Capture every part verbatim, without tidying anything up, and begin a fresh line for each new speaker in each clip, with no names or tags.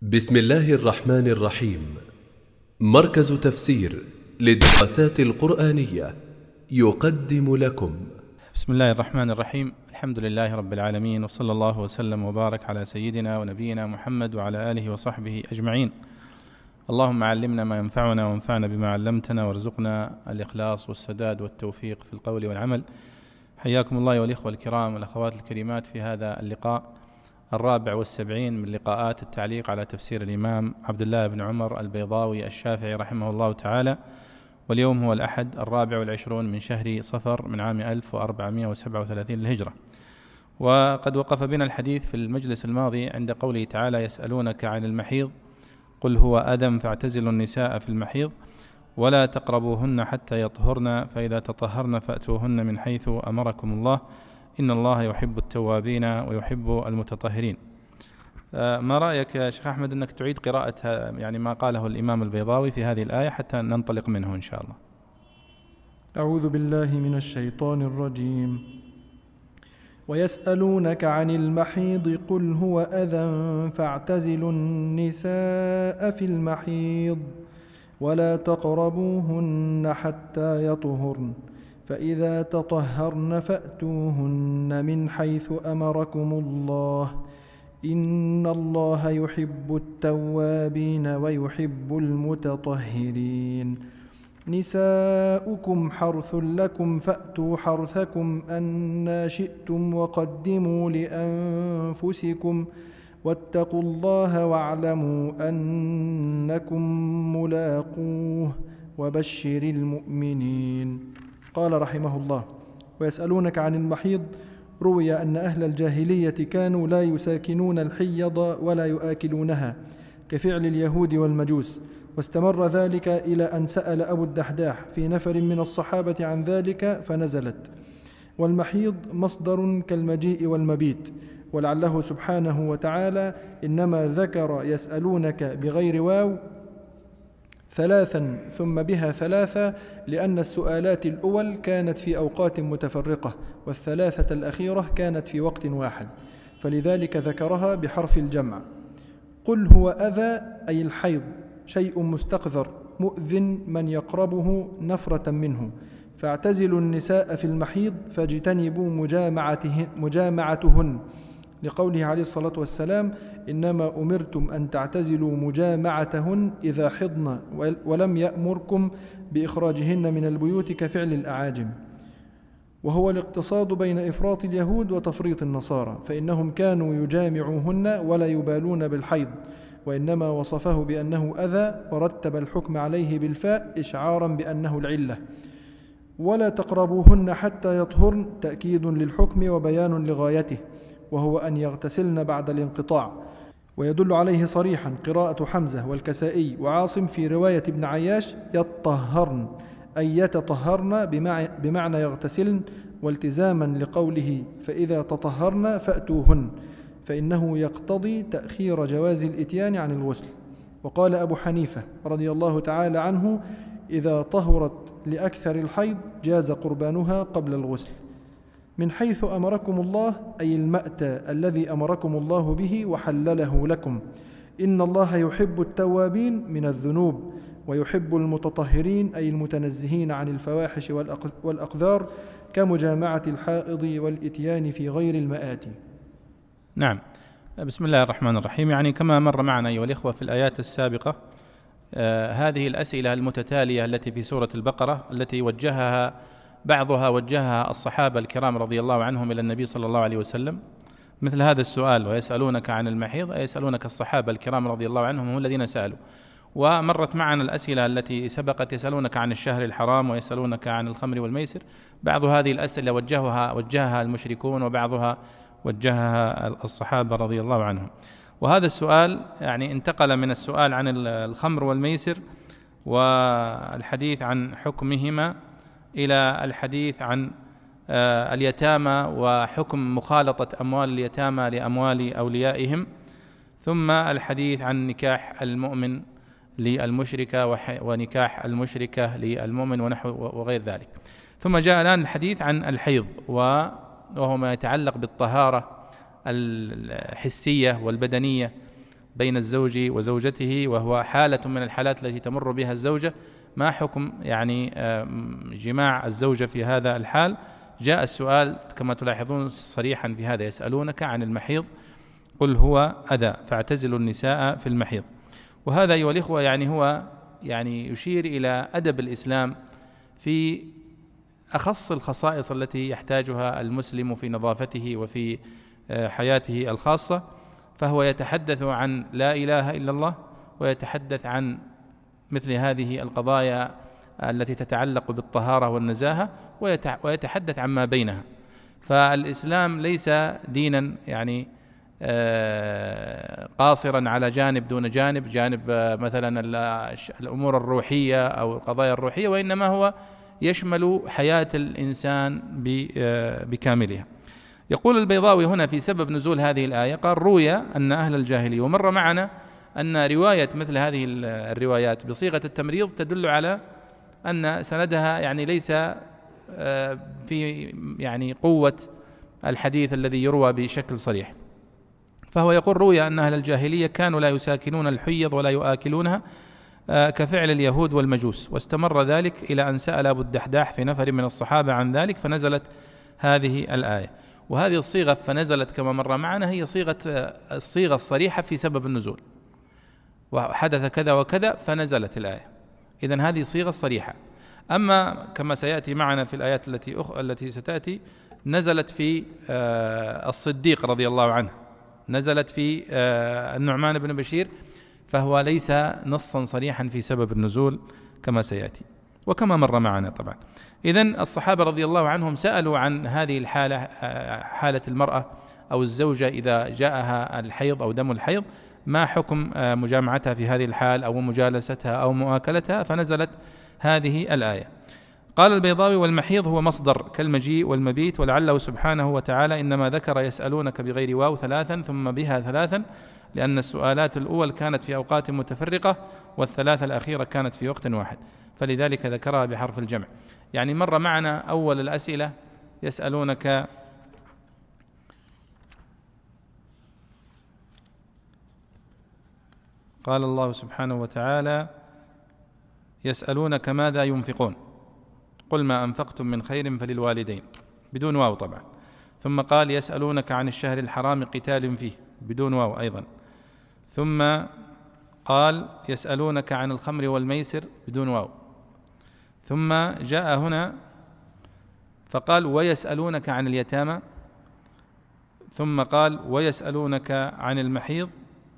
بسم الله الرحمن الرحيم. مركز تفسير للدراسات القرآنية يقدم لكم.
بسم الله الرحمن الرحيم. الحمد لله رب العالمين، وصلى الله وسلم وبارك على سيدنا ونبينا محمد وعلى آله وصحبه أجمعين. اللهم علمنا ما ينفعنا وانفعنا بما علمتنا، وارزقنا الإخلاص والسداد والتوفيق في القول والعمل. حياكم الله والإخوة الكرام والأخوات الكريمات في هذا اللقاء الرابع والسبعين من لقاءات التعليق على تفسير الإمام عبد الله بن عمر البيضاوي الشافعي رحمه الله تعالى. واليوم هو الأحد الرابع والعشرون من شهر صفر من عام ألف وأربعمائة وسبعة وثلاثين للهجرة. وقد وقف بنا الحديث في المجلس الماضي عند قوله تعالى: يسألونك عن المحيض قل هو أذى فاعتزلوا النساء في المحيض ولا تقربوهن حتى يطهرن فإذا تطهرن فأتوهن من حيث أمركم الله إن الله يحب التوابين ويحب المتطهرين. ما رأيك يا شيخ أحمد أنك تعيد قراءة يعني ما قاله الإمام البيضاوي في هذه الآية حتى ننطلق منه إن شاء الله؟
أعوذ بالله من الشيطان الرجيم. ويسألونك عن المحيض قل هو أذى فاعتزلوا النساء في المحيض ولا تقربوهن حتى يطهرن فإذا تطهرن فأتوهن من حيث أمركم الله إن الله يحب التوابين ويحب المتطهرين. نساؤكم حرث لكم فأتوا حرثكم أنى شئتم وقدموا لأنفسكم واتقوا الله واعلموا أنكم ملاقوه وبشر المؤمنين. قال رحمه الله: ويسألونك عن المحيض. روي أن أهل الجاهلية كانوا لا يساكنون الحيض ولا يؤكلونها كفعل اليهود والمجوس، واستمر ذلك إلى أن سأل أبو الدحداح في نفر من الصحابة عن ذلك فنزلت: والمحيض مصدر كالمجيء والمبيت. ولعله سبحانه وتعالى إنما ذكر يسألونك بغير واو ثلاثا ثم بها ثلاثة لأن السؤالات الأول كانت في أوقات متفرقة والثلاثة الأخيرة كانت في وقت واحد، فلذلك ذكرها بحرف الجمع. قل هو أذى أي الحيض شيء مستقذر مؤذن من يقربه نفرة منه، فاعتزلوا النساء في المحيض فاجتنبوا مجامعتهن, مجامعتهن لقوله عليه الصلاة والسلام: إنما أمرتم أن تعتزلوا مجامعتهن إذا حضن ولم يأمركم بإخراجهن من البيوت كفعل الأعاجم. وهو الاقتصاد بين إفراط اليهود وتفريط النصارى، فإنهم كانوا يجامعوهن ولا يبالون بالحيض، وإنما وصفه بأنه أذى ورتب الحكم عليه بالفاء إشعارا بأنه العلة. ولا تقربوهن حتى يطهرن تأكيد للحكم وبيان لغايته، وهو أن يغتسلن بعد الانقطاع. ويدل عليه صريحا قراءة حمزة والكسائي وعاصم في رواية ابن عياش: يطهرن أي يتطهرن بمعنى يغتسلن، والتزاما لقوله فإذا تطهرن فأتوهن، فإنه يقتضي تأخير جواز الإتيان عن الغسل. وقال أبو حنيفة رضي الله تعالى عنه: إذا طهرت لأكثر الحيض جاز قربانها قبل الغسل. من حيث أمركم الله أي المأتى الذي أمركم الله به وحلله لكم. إن الله يحب التوابين من الذنوب ويحب المتطهرين أي المتنزهين عن الفواحش والأقذار كمجامعة الحائض والإتيان في غير المآتي.
نعم. بسم الله الرحمن الرحيم. يعني كما مر معنا أيها الإخوة في الآيات السابقة آه هذه الأسئلة المتتالية التي في سورة البقرة التي وجهها بعضها وجهها الصحابة الكرام رضي الله عنهم إلى النبي صلى الله عليه وسلم، مثل هذا السؤال: ويسألونك عن المحيض، أي يسألونك الصحابة الكرام رضي الله عنهم هم الذين سألوا. ومرت معنا الأسئلة التي سبقت: يسألونك عن الشهر الحرام ويسألونك عن الخمر والميسر. بعض هذه الأسئلة وجهها وجهها المشركون وبعضها وجهها الصحابة رضي الله عنهم. وهذا السؤال يعني انتقل من السؤال عن الخمر والميسر والحديث عن حكمهما إلى الحديث عن اليتامى وحكم مخالطة أموال اليتامى لأموال أوليائهم، ثم الحديث عن نكاح المؤمن للمشركة ونكاح المشركة للمؤمن ونحو وغير ذلك. ثم جاء الآن الحديث عن الحيض وهو ما يتعلق بالطهارة الحسية والبدنية بين الزوج وزوجته، وهو حالة من الحالات التي تمر بها الزوجة. ما حكم يعني جماع الزوجة في هذا الحال؟ جاء السؤال كما تلاحظون صريحا في هذا: يسألونك عن المحيض قل هو أذى فاعتزلوا النساء في المحيض. وهذا أيها الإخوة يعني هو يعني يشير إلى أدب الإسلام في أخص الخصائص التي يحتاجها المسلم في نظافته وفي حياته الخاصة. فهو يتحدث عن لا إله إلا الله، ويتحدث عن مثل هذه القضايا التي تتعلق بالطهارة والنزاهة، ويتحدث عما بينها. فالإسلام ليس دينا يعني قاصرا على جانب دون جانب، جانب مثلا الأمور الروحية أو القضايا الروحية، وإنما هو يشمل حياة الإنسان بكاملها. يقول البيضاوي هنا في سبب نزول هذه الآية، قال: روي أن أهل الجاهلية، ومر معنا أن رواية مثل هذه الروايات بصيغة التمريض تدل على أن سندها يعني ليس في يعني قوة الحديث الذي يروى بشكل صريح. فهو يقول: روي أن أهل الجاهلية كانوا لا يساكنون الحيض ولا يؤكلونها كفعل اليهود والمجوس، واستمر ذلك إلى أن سأل أبو الدحداح في نفر من الصحابة عن ذلك فنزلت هذه الآية. وهذه الصيغة فنزلت كما مر معنا هي صيغة الصيغة الصريحة في سبب النزول، وحدث كذا وكذا فنزلت الآية. إذن هذه صيغة صريحة. أما كما سيأتي معنا في الآيات التي أخ... التي ستأتي، نزلت في آه الصديق رضي الله عنه، نزلت في آه النعمان بن بشير، فهو ليس نصا صريحا في سبب النزول كما سيأتي وكما مر معنا طبعا. إذن الصحابة رضي الله عنهم سألوا عن هذه الحالة، حالة المرأة أو الزوجة إذا جاءها الحيض أو دم الحيض، ما حكم مجامعتها في هذه الحال أو مجالستها أو مؤاكلتها، فنزلت هذه الآية. قال البيضاوي: والمحيض هو مصدر كالمجيء والمبيت، ولعله سبحانه وتعالى إنما ذكر يسألونك بغير واو ثلاثا ثم بها ثلاثا، لأن السؤالات الأول كانت في أوقات متفرقة والثلاثة الأخيرة كانت في وقت واحد، فلذلك ذكرها بحرف الجمع. يعني مر معنا أول الأسئلة: يسألونك قال الله سبحانه وتعالى: يسألونك ماذا ينفقون قل ما أنفقتم من خير فللوالدين، بدون واو طبعا. ثم قال: يسألونك عن الشهر الحرام قتال فيه، بدون واو أيضا. ثم قال: يسألونك عن الخمر والميسر، بدون واو. ثم جاء هنا فقال: ويسألونك عن اليتامى. ثم قال: ويسألونك عن المحيض.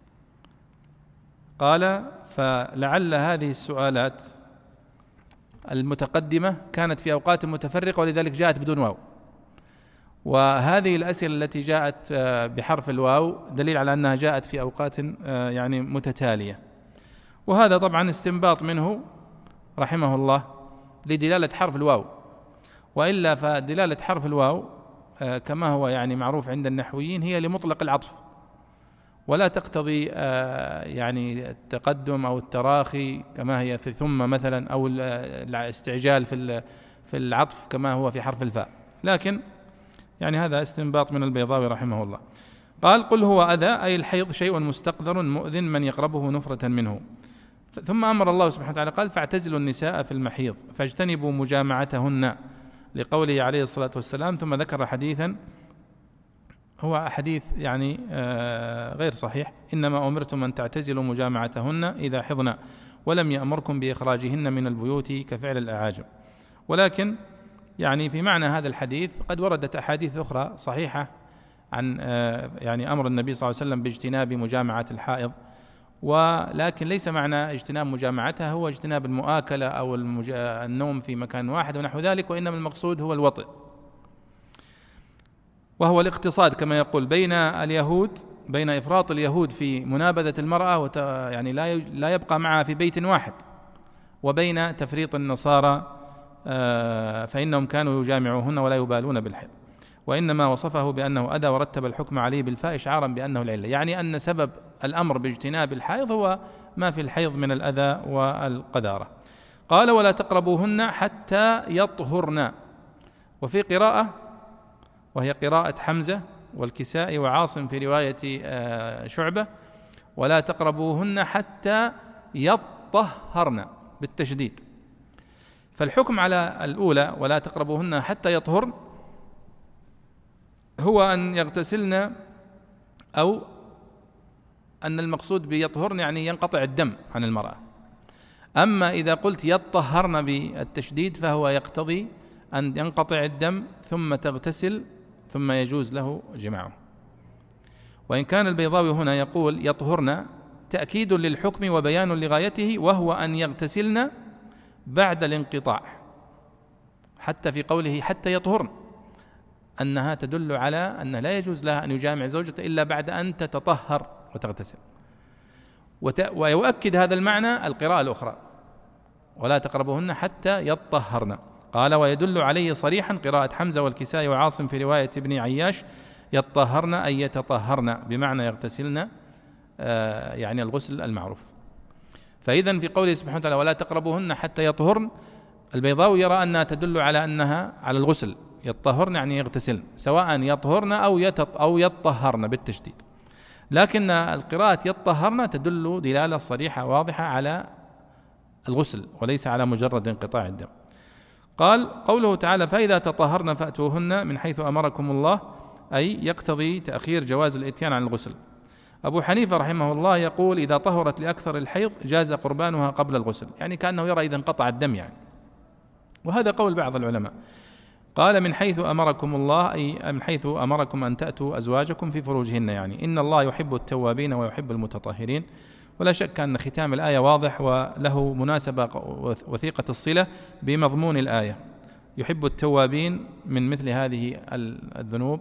قال: فلعل هذه السؤالات المتقدمة كانت في أوقات متفرقة ولذلك جاءت بدون واو، وهذه الأسئلة التي جاءت بحرف الواو دليل على أنها جاءت في أوقات يعني متتالية. وهذا طبعا استنباط منه رحمه الله لدلالة حرف الواو، وإلا فدلالة حرف الواو كما هو يعني معروف عند النحويين هي لمطلق العطف، ولا تقتضي يعني التقدم أو التراخي كما هي في ثم مثلا، أو الاستعجال في في العطف كما هو في حرف الفاء. لكن يعني هذا استنباط من البيضاوي رحمه الله. قال: قل هو أذى، أي الحيض شيء مستقذر مؤذن من يقربه نفرة منه. ثم أمر الله سبحانه وتعالى قال: فاعتزلوا النساء في المحيض فاجتنبوا مجامعتهن، لقوله عليه الصلاة والسلام. ثم ذكر حديثا هو حديث يعني غير صحيح: إنما أمرتم أن تعتزلوا مجامعتهن إذا حضن، ولم يأمركم بإخراجهن من البيوت كفعل الأعاجم. ولكن يعني في معنى هذا الحديث قد وردت أحاديث أخرى صحيحة عن يعني أمر النبي صلى الله عليه وسلم باجتناب مجامعة الحائض، ولكن ليس معنى اجتناب مجامعتها هو اجتناب المؤاكلة أو النوم في مكان واحد ونحو ذلك، وإنما المقصود هو الوطئ، وهو الاقتصاد كما يقول بين اليهود، بين إفراط اليهود في منابذة المرأة يعني لا يبقى معها في بيت واحد، وبين تفريط النصارى فإنهم كانوا يجامعوهن ولا يبالون بالحيض. وإنما وصفه بأنه أذى ورتب الحكم عليه بالفاء إشعارا بأنه العلة، يعني أن سبب الأمر باجتناب الحيض هو ما في الحيض من الأذى والقذارة. قال: ولا تقربوهن حتى يطهرن. وفي قراءة وهي قراءة حمزة والكسائي وعاصم في رواية شعبة: ولا تقربوهن حتى يطهرن بالتشديد. فالحكم على الأولى ولا تقربوهن حتى يطهرن هو أن يغتسلن، أو أن المقصود بيطهرن يعني ينقطع الدم عن المرأة. أما إذا قلت يطهرن بالتشديد فهو يقتضي أن ينقطع الدم ثم تغتسل ثم يجوز له جماعه. وإن كان البيضاوي هنا يقول يطهرن تأكيد للحكم وبيان لغايته، وهو أن يغتسلن بعد الانقطاع، حتى في قوله حتى يطهرن أنها تدل على أن لا يجوز لها أن يجامع زوجته إلا بعد أن تتطهر وتغتسل. ويؤكد هذا المعنى القراءة الأخرى ولا تقربوهن حتى يطهرن. قال ويدل عليه صريحا قراءة حمزة والكسائي وعاصم في رواية ابن عياش يطهرن أي يتطهرن، بمعنى يغتسلن آه يعني الغسل المعروف. فإذن في قوله سبحانه وتعالى ولا تقربوهن حتى يطهرن، البيضاوي يرى أنها تدل على أنها على الغسل، يطهرن يعني يغتسلن، سواء يطهرن أو أو يطهرن بالتشديد. لكن القراءة يطهرن تدل دلالة صريحة واضحة على الغسل وليس على مجرد انقطاع الدم. قال قوله تعالى فإذا تطهرن فأتوهن من حيث أمركم الله، أي يقتضي تأخير جواز الإتيان عن الغسل. أبو حنيفة رحمه الله يقول إذا طهرت لأكثر الحيض جاز قربانها قبل الغسل، يعني كأنه يرى إذا انقطع الدم يعني، وهذا قول بعض العلماء. قال من حيث أمركم الله أي من حيث أمركم أن تأتوا أزواجكم في فروجهن، يعني إن الله يحب التوابين ويحب المتطهرين. ولا شك أن ختام الآية واضح وله مناسبة وثيقة الصلة بمضمون الآية، يحب التوابين من مثل هذه الذنوب،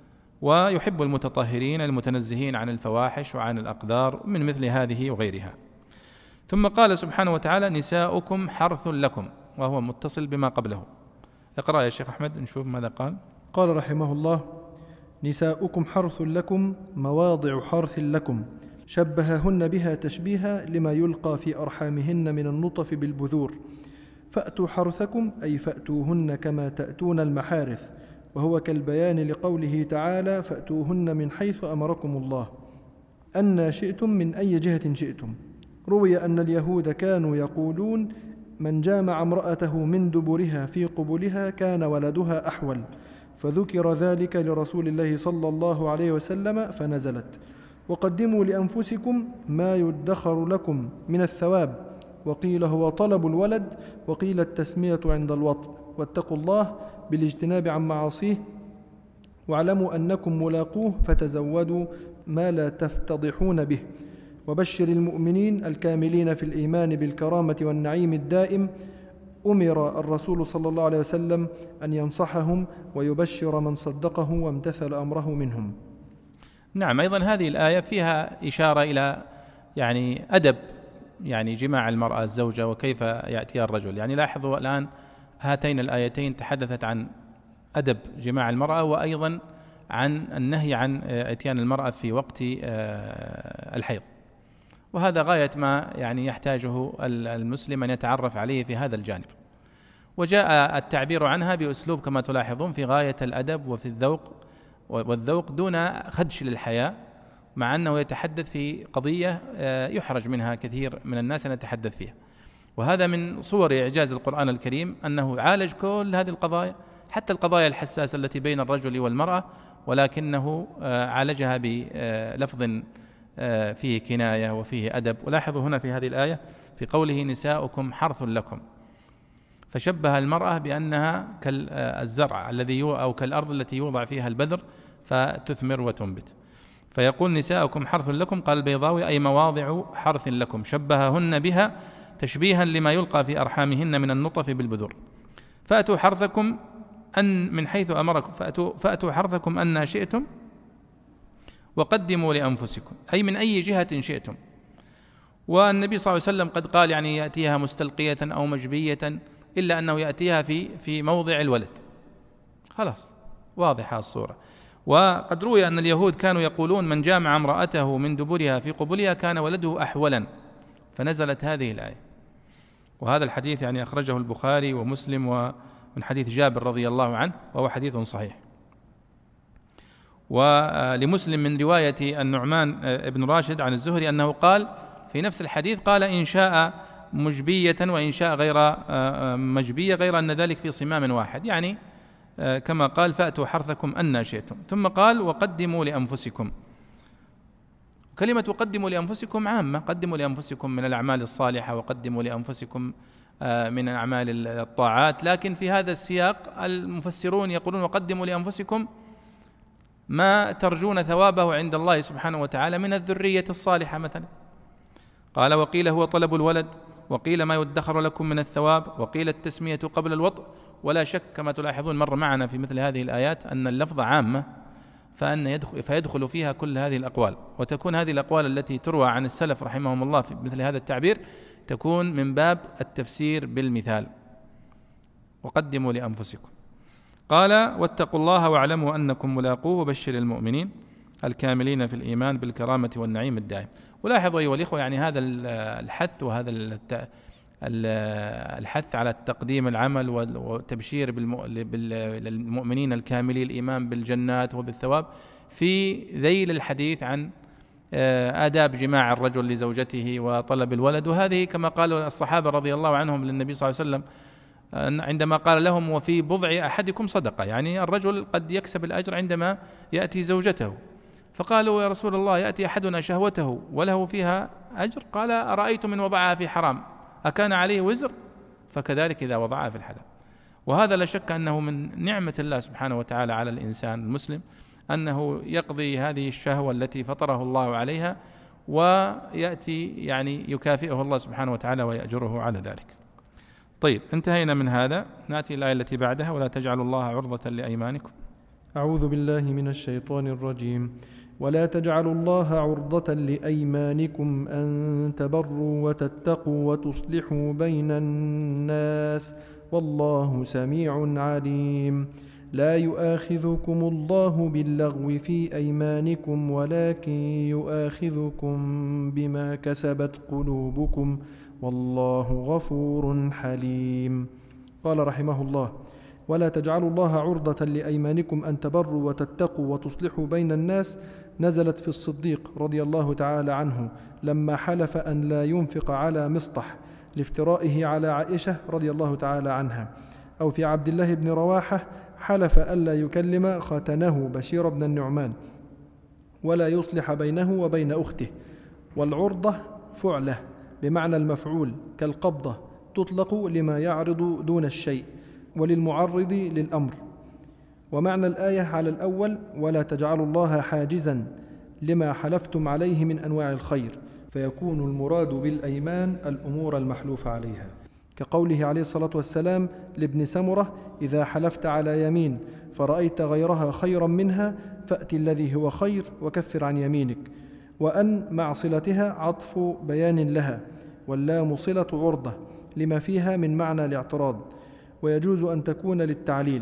ويحب المتطهرين المتنزهين عن الفواحش وعن الأقدار من مثل هذه وغيرها. ثم قال سبحانه وتعالى نساؤكم حرث لكم، وهو متصل بما قبله. اقرأ يا شيخ أحمد نشوف ماذا قال.
قال رحمه الله نساؤكم حرث لكم مواضع حرث لكم، شبههن بها تشبيها لما يلقى في أرحامهن من النطف بالبذور. فأتوا حرثكم أي فأتوهن كما تأتون المحارث، وهو كالبيان لقوله تعالى فأتوهن من حيث أمركم الله، أن شئتم من أي جهة شئتم. روي أن اليهود كانوا يقولون من جامع امرأته من دبرها في قبلها كان ولدها أحول، فذكر ذلك لرسول الله صلى الله عليه وسلم فنزلت وقدموا لأنفسكم ما يدخر لكم من الثواب، وقيل هو طلب الولد، وقيل التسمية عند الوطء، واتقوا الله بالاجتناب عن معاصيه، واعلموا أنكم ملاقوه فتزودوا ما لا تفتضحون به، وبشر المؤمنين الكاملين في الإيمان بالكرامة والنعيم الدائم. أمر الرسول صلى الله عليه وسلم أن ينصحهم ويبشر من صدقه وامتثل أمره منهم.
نعم، أيضا هذه الآية فيها إشارة إلى يعني أدب يعني جماع المرأة الزوجة وكيف يأتيها الرجل. يعني لاحظوا الآن هاتين الآيتين تحدثت عن أدب جماع المرأة، وأيضا عن النهي عن إتيان المرأة في وقت الحيض، وهذا غاية ما يعني يحتاجه المسلم أن يتعرف عليه في هذا الجانب. وجاء التعبير عنها بأسلوب كما تلاحظون في غاية الأدب وفي الذوق والذوق دون خدش للحياة، مع أنه يتحدث في قضية يحرج منها كثير من الناس أن يتحدث فيها. وهذا من صور إعجاز القرآن الكريم أنه عالج كل هذه القضايا، حتى القضايا الحساسة التي بين الرجل والمرأة، ولكنه عالجها بلفظ فيه كناية وفيه أدب. ولاحظوا هنا في هذه الآية في قوله نساؤكم حرث لكم، فشبه المرأة بأنها كالزرع الذي أو كالأرض التي يوضع فيها البذر فتثمر وتنبت. فيقول نساؤكم حرث لكم، قال البيضاوي أي مواضع حرث لكم، شبههن بها تشبيها لما يلقى في أرحامهن من النطف بالبذور. فأتوا حرثكم أن من حيث أمركم فأتوا, فأتوا حرثكم أن شئتم وقدموا لأنفسكم، أي من أي جهة شئتم. والنبي صلى الله عليه وسلم قد قال يعني يأتيها مستلقية أو مجبية، إلا أنه يأتيها في في موضع الولد، خلاص واضحة الصورة. وقد روي أن اليهود كانوا يقولون من جامع امرأته من دبرها في قبلها كان ولده أحولا، فنزلت هذه الآية. وهذا الحديث يعني أخرجه البخاري ومسلم ومن حديث جابر رضي الله عنه، وهو حديث صحيح. ولمسلم من رواية النعمان بن راشد عن الزهري أنه قال في نفس الحديث قال إن شاء مجبية وإن شاء غير مجبية، غير أن ذلك في صمام واحد، يعني كما قال فأتوا حرثكم أن شئتم. ثم قال وقدموا لأنفسكم. كلمة وقدموا لأنفسكم عامة، قدموا لأنفسكم من الأعمال الصالحة وقدموا لأنفسكم من أعمال الطاعات، لكن في هذا السياق المفسرون يقولون وقدموا لأنفسكم ما ترجون ثوابه عند الله سبحانه وتعالى من الذرية الصالحة مثلا. قال وقيل هو طلب الولد، وقيل ما يدخر لكم من الثواب، وقيل التسمية قبل الوطء. ولا شك كما تلاحظون مر معنا في مثل هذه الآيات أن اللفظ عامة، فأن يدخل فيدخل فيها كل هذه الأقوال، وتكون هذه الأقوال التي تروى عن السلف رحمهم الله في مثل هذا التعبير تكون من باب التفسير بالمثال. وقدموا لأنفسكم. قال واتقوا الله واعلموا أنكم ملاقوه وبشر المؤمنين الكاملين في الإيمان بالكرامة والنعيم الدائم. ولاحظوا أيها الإخوة يعني هذا الحث وهذا الحث على تقديم العمل وتبشير بالمؤمنين الكاملي الإيمان بالجنات وبالثواب في ذيل الحديث عن آداب جماع الرجل لزوجته وطلب الولد. وهذه كما قالوا الصحابة رضي الله عنهم للنبي صلى الله عليه وسلم عندما قال لهم وفي بضع أحدكم صدقة، يعني الرجل قد يكسب الأجر عندما يأتي زوجته. فقالوا يا رسول الله يأتي أحدنا شهوته وله فيها أجر؟ قال أرأيت من وضعها في حرام أكان عليه وزر؟ فكذلك إذا وضعها في الحلال. وهذا لا شك أنه من نعمة الله سبحانه وتعالى على الإنسان المسلم أنه يقضي هذه الشهوة التي فطره الله عليها، ويأتي يعني يكافئه الله سبحانه وتعالى ويأجره على ذلك. طيب انتهينا من هذا، نأتي الآية التي بعدها ولا تجعلوا الله عرضة لأيمانكم.
أعوذ بالله من الشيطان الرجيم. ولا تجعلوا الله عرضة لأيمانكم أن تبروا وتتقوا وتصلحوا بين الناس والله سميع عليم. لا يؤاخذكم الله باللغو في أيمانكم ولكن يؤاخذكم بما كسبت قلوبكم والله غفور حليم. قال رحمه الله ولا تجعلوا الله عرضة لأيمانكم أن تبروا وتتقوا وتصلحوا بين الناس نزلت في الصديق رضي الله تعالى عنه لما حلف أن لا ينفق على مصطح لافترائه على عائشة رضي الله تعالى عنها، أو في عبد الله بن رواحة حلف ألا يكلم ختنه بشير بن النعمان ولا يصلح بينه وبين أخته. والعرضة فعلة بمعنى المفعول كالقبضة، تطلق لما يعرض دون الشيء وللمعرض للأمر. ومعنى الآية على الأول ولا تجعلوا الله حاجزا لما حلفتم عليه من أنواع الخير، فيكون المراد بالأيمان الأمور المحلوف عليها، كقوله عليه الصلاة والسلام لابن سمرة إذا حلفت على يمين فرأيت غيرها خيرا منها فأتي الذي هو خير وكفر عن يمينك. وأن مع صلتها عطف بيان لها، واللام صلة عرضة لما فيها من معنى الاعتراض، ويجوز أن تكون للتعليل.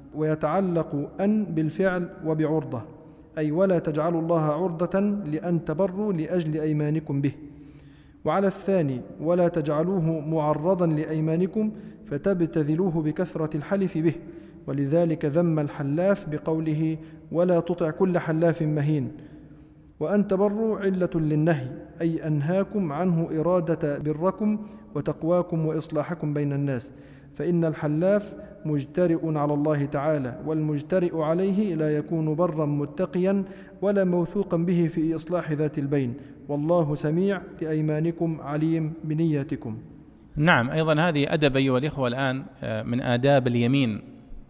ويتعلق أن بالفعل وبعرضة، أي ولا تجعلوا الله عرضة لأن تبروا لأجل أيمانكم به. وعلى الثاني ولا تجعلوه معرضا لأيمانكم فتبتذلوه بكثرة الحلف به، ولذلك ذم الحلاف بقوله ولا تطع كل حلاف مهين. وأن تبروا علة للنهي، أي أنهاكم عنه إرادة بركم وتقواكم وإصلاحكم بين الناس، فإن الحلاف مجترئ على الله تعالى، والمجترئ عليه لا يكون برا متقيا ولا موثوقا به في إصلاح ذات البين، والله سميع لأيمانكم عليم بنياتكم.
نعم، أيضا هذه أدب أيها الإخوة الآن من آداب اليمين.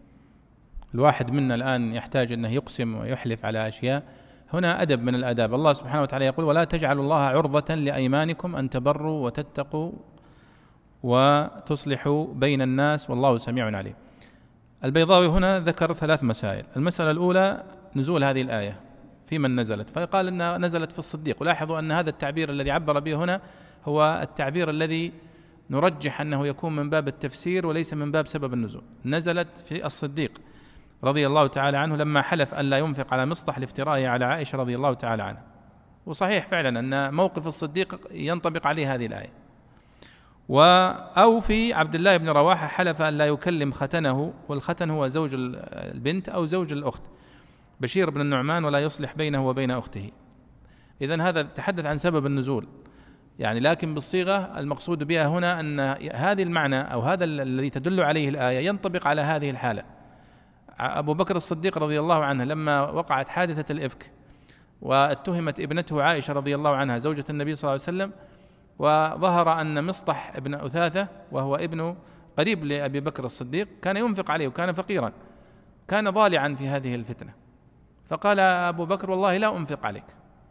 الواحد منا الآن يحتاج أنه يقسم ويحلف على أشياء، هنا أدب من الآداب. الله سبحانه وتعالى يقول ولا تجعلوا الله عرضة لأيمانكم أن تبروا وتتقوا وتصلحوا بين الناس والله سميع عليم. البيضاوي هنا ذكر ثلاث مسائل. المسألة الأولى نزول هذه الآية في من نزلت، فقال أنها نزلت في الصديق. ولاحظوا أن هذا التعبير الذي عبر به هنا هو التعبير الذي نرجح أنه يكون من باب التفسير وليس من باب سبب النزول. نزلت في الصديق رضي الله تعالى عنه لما حلف أن لا ينفق على مصطح لافترائه على عائشة رضي الله تعالى عنها. وصحيح فعلا أن موقف الصديق ينطبق عليه هذه الآية. أو في عبد الله بن رواحة حلف أن لا يكلم ختنه، والختن هو زوج البنت أو زوج الأخت، بشير بن النعمان ولا يصلح بينه وبين أخته. إذن هذا تحدث عن سبب النزول يعني، لكن بالصيغة المقصود بها هنا أن هذه المعنى أو هذا الذي تدل عليه الآية ينطبق على هذه الحالة. أبو بكر الصديق رضي الله عنه لما وقعت حادثة الإفك واتهمت ابنته عائشة رضي الله عنها زوجة النبي صلى الله عليه وسلم، وظهر أن مصطح ابن أثاثة وهو ابن قريب لأبي بكر الصديق كان ينفق عليه وكان فقيرا، كان ضالعا في هذه الفتنة، فقال أبو بكر والله لا أنفق عليك.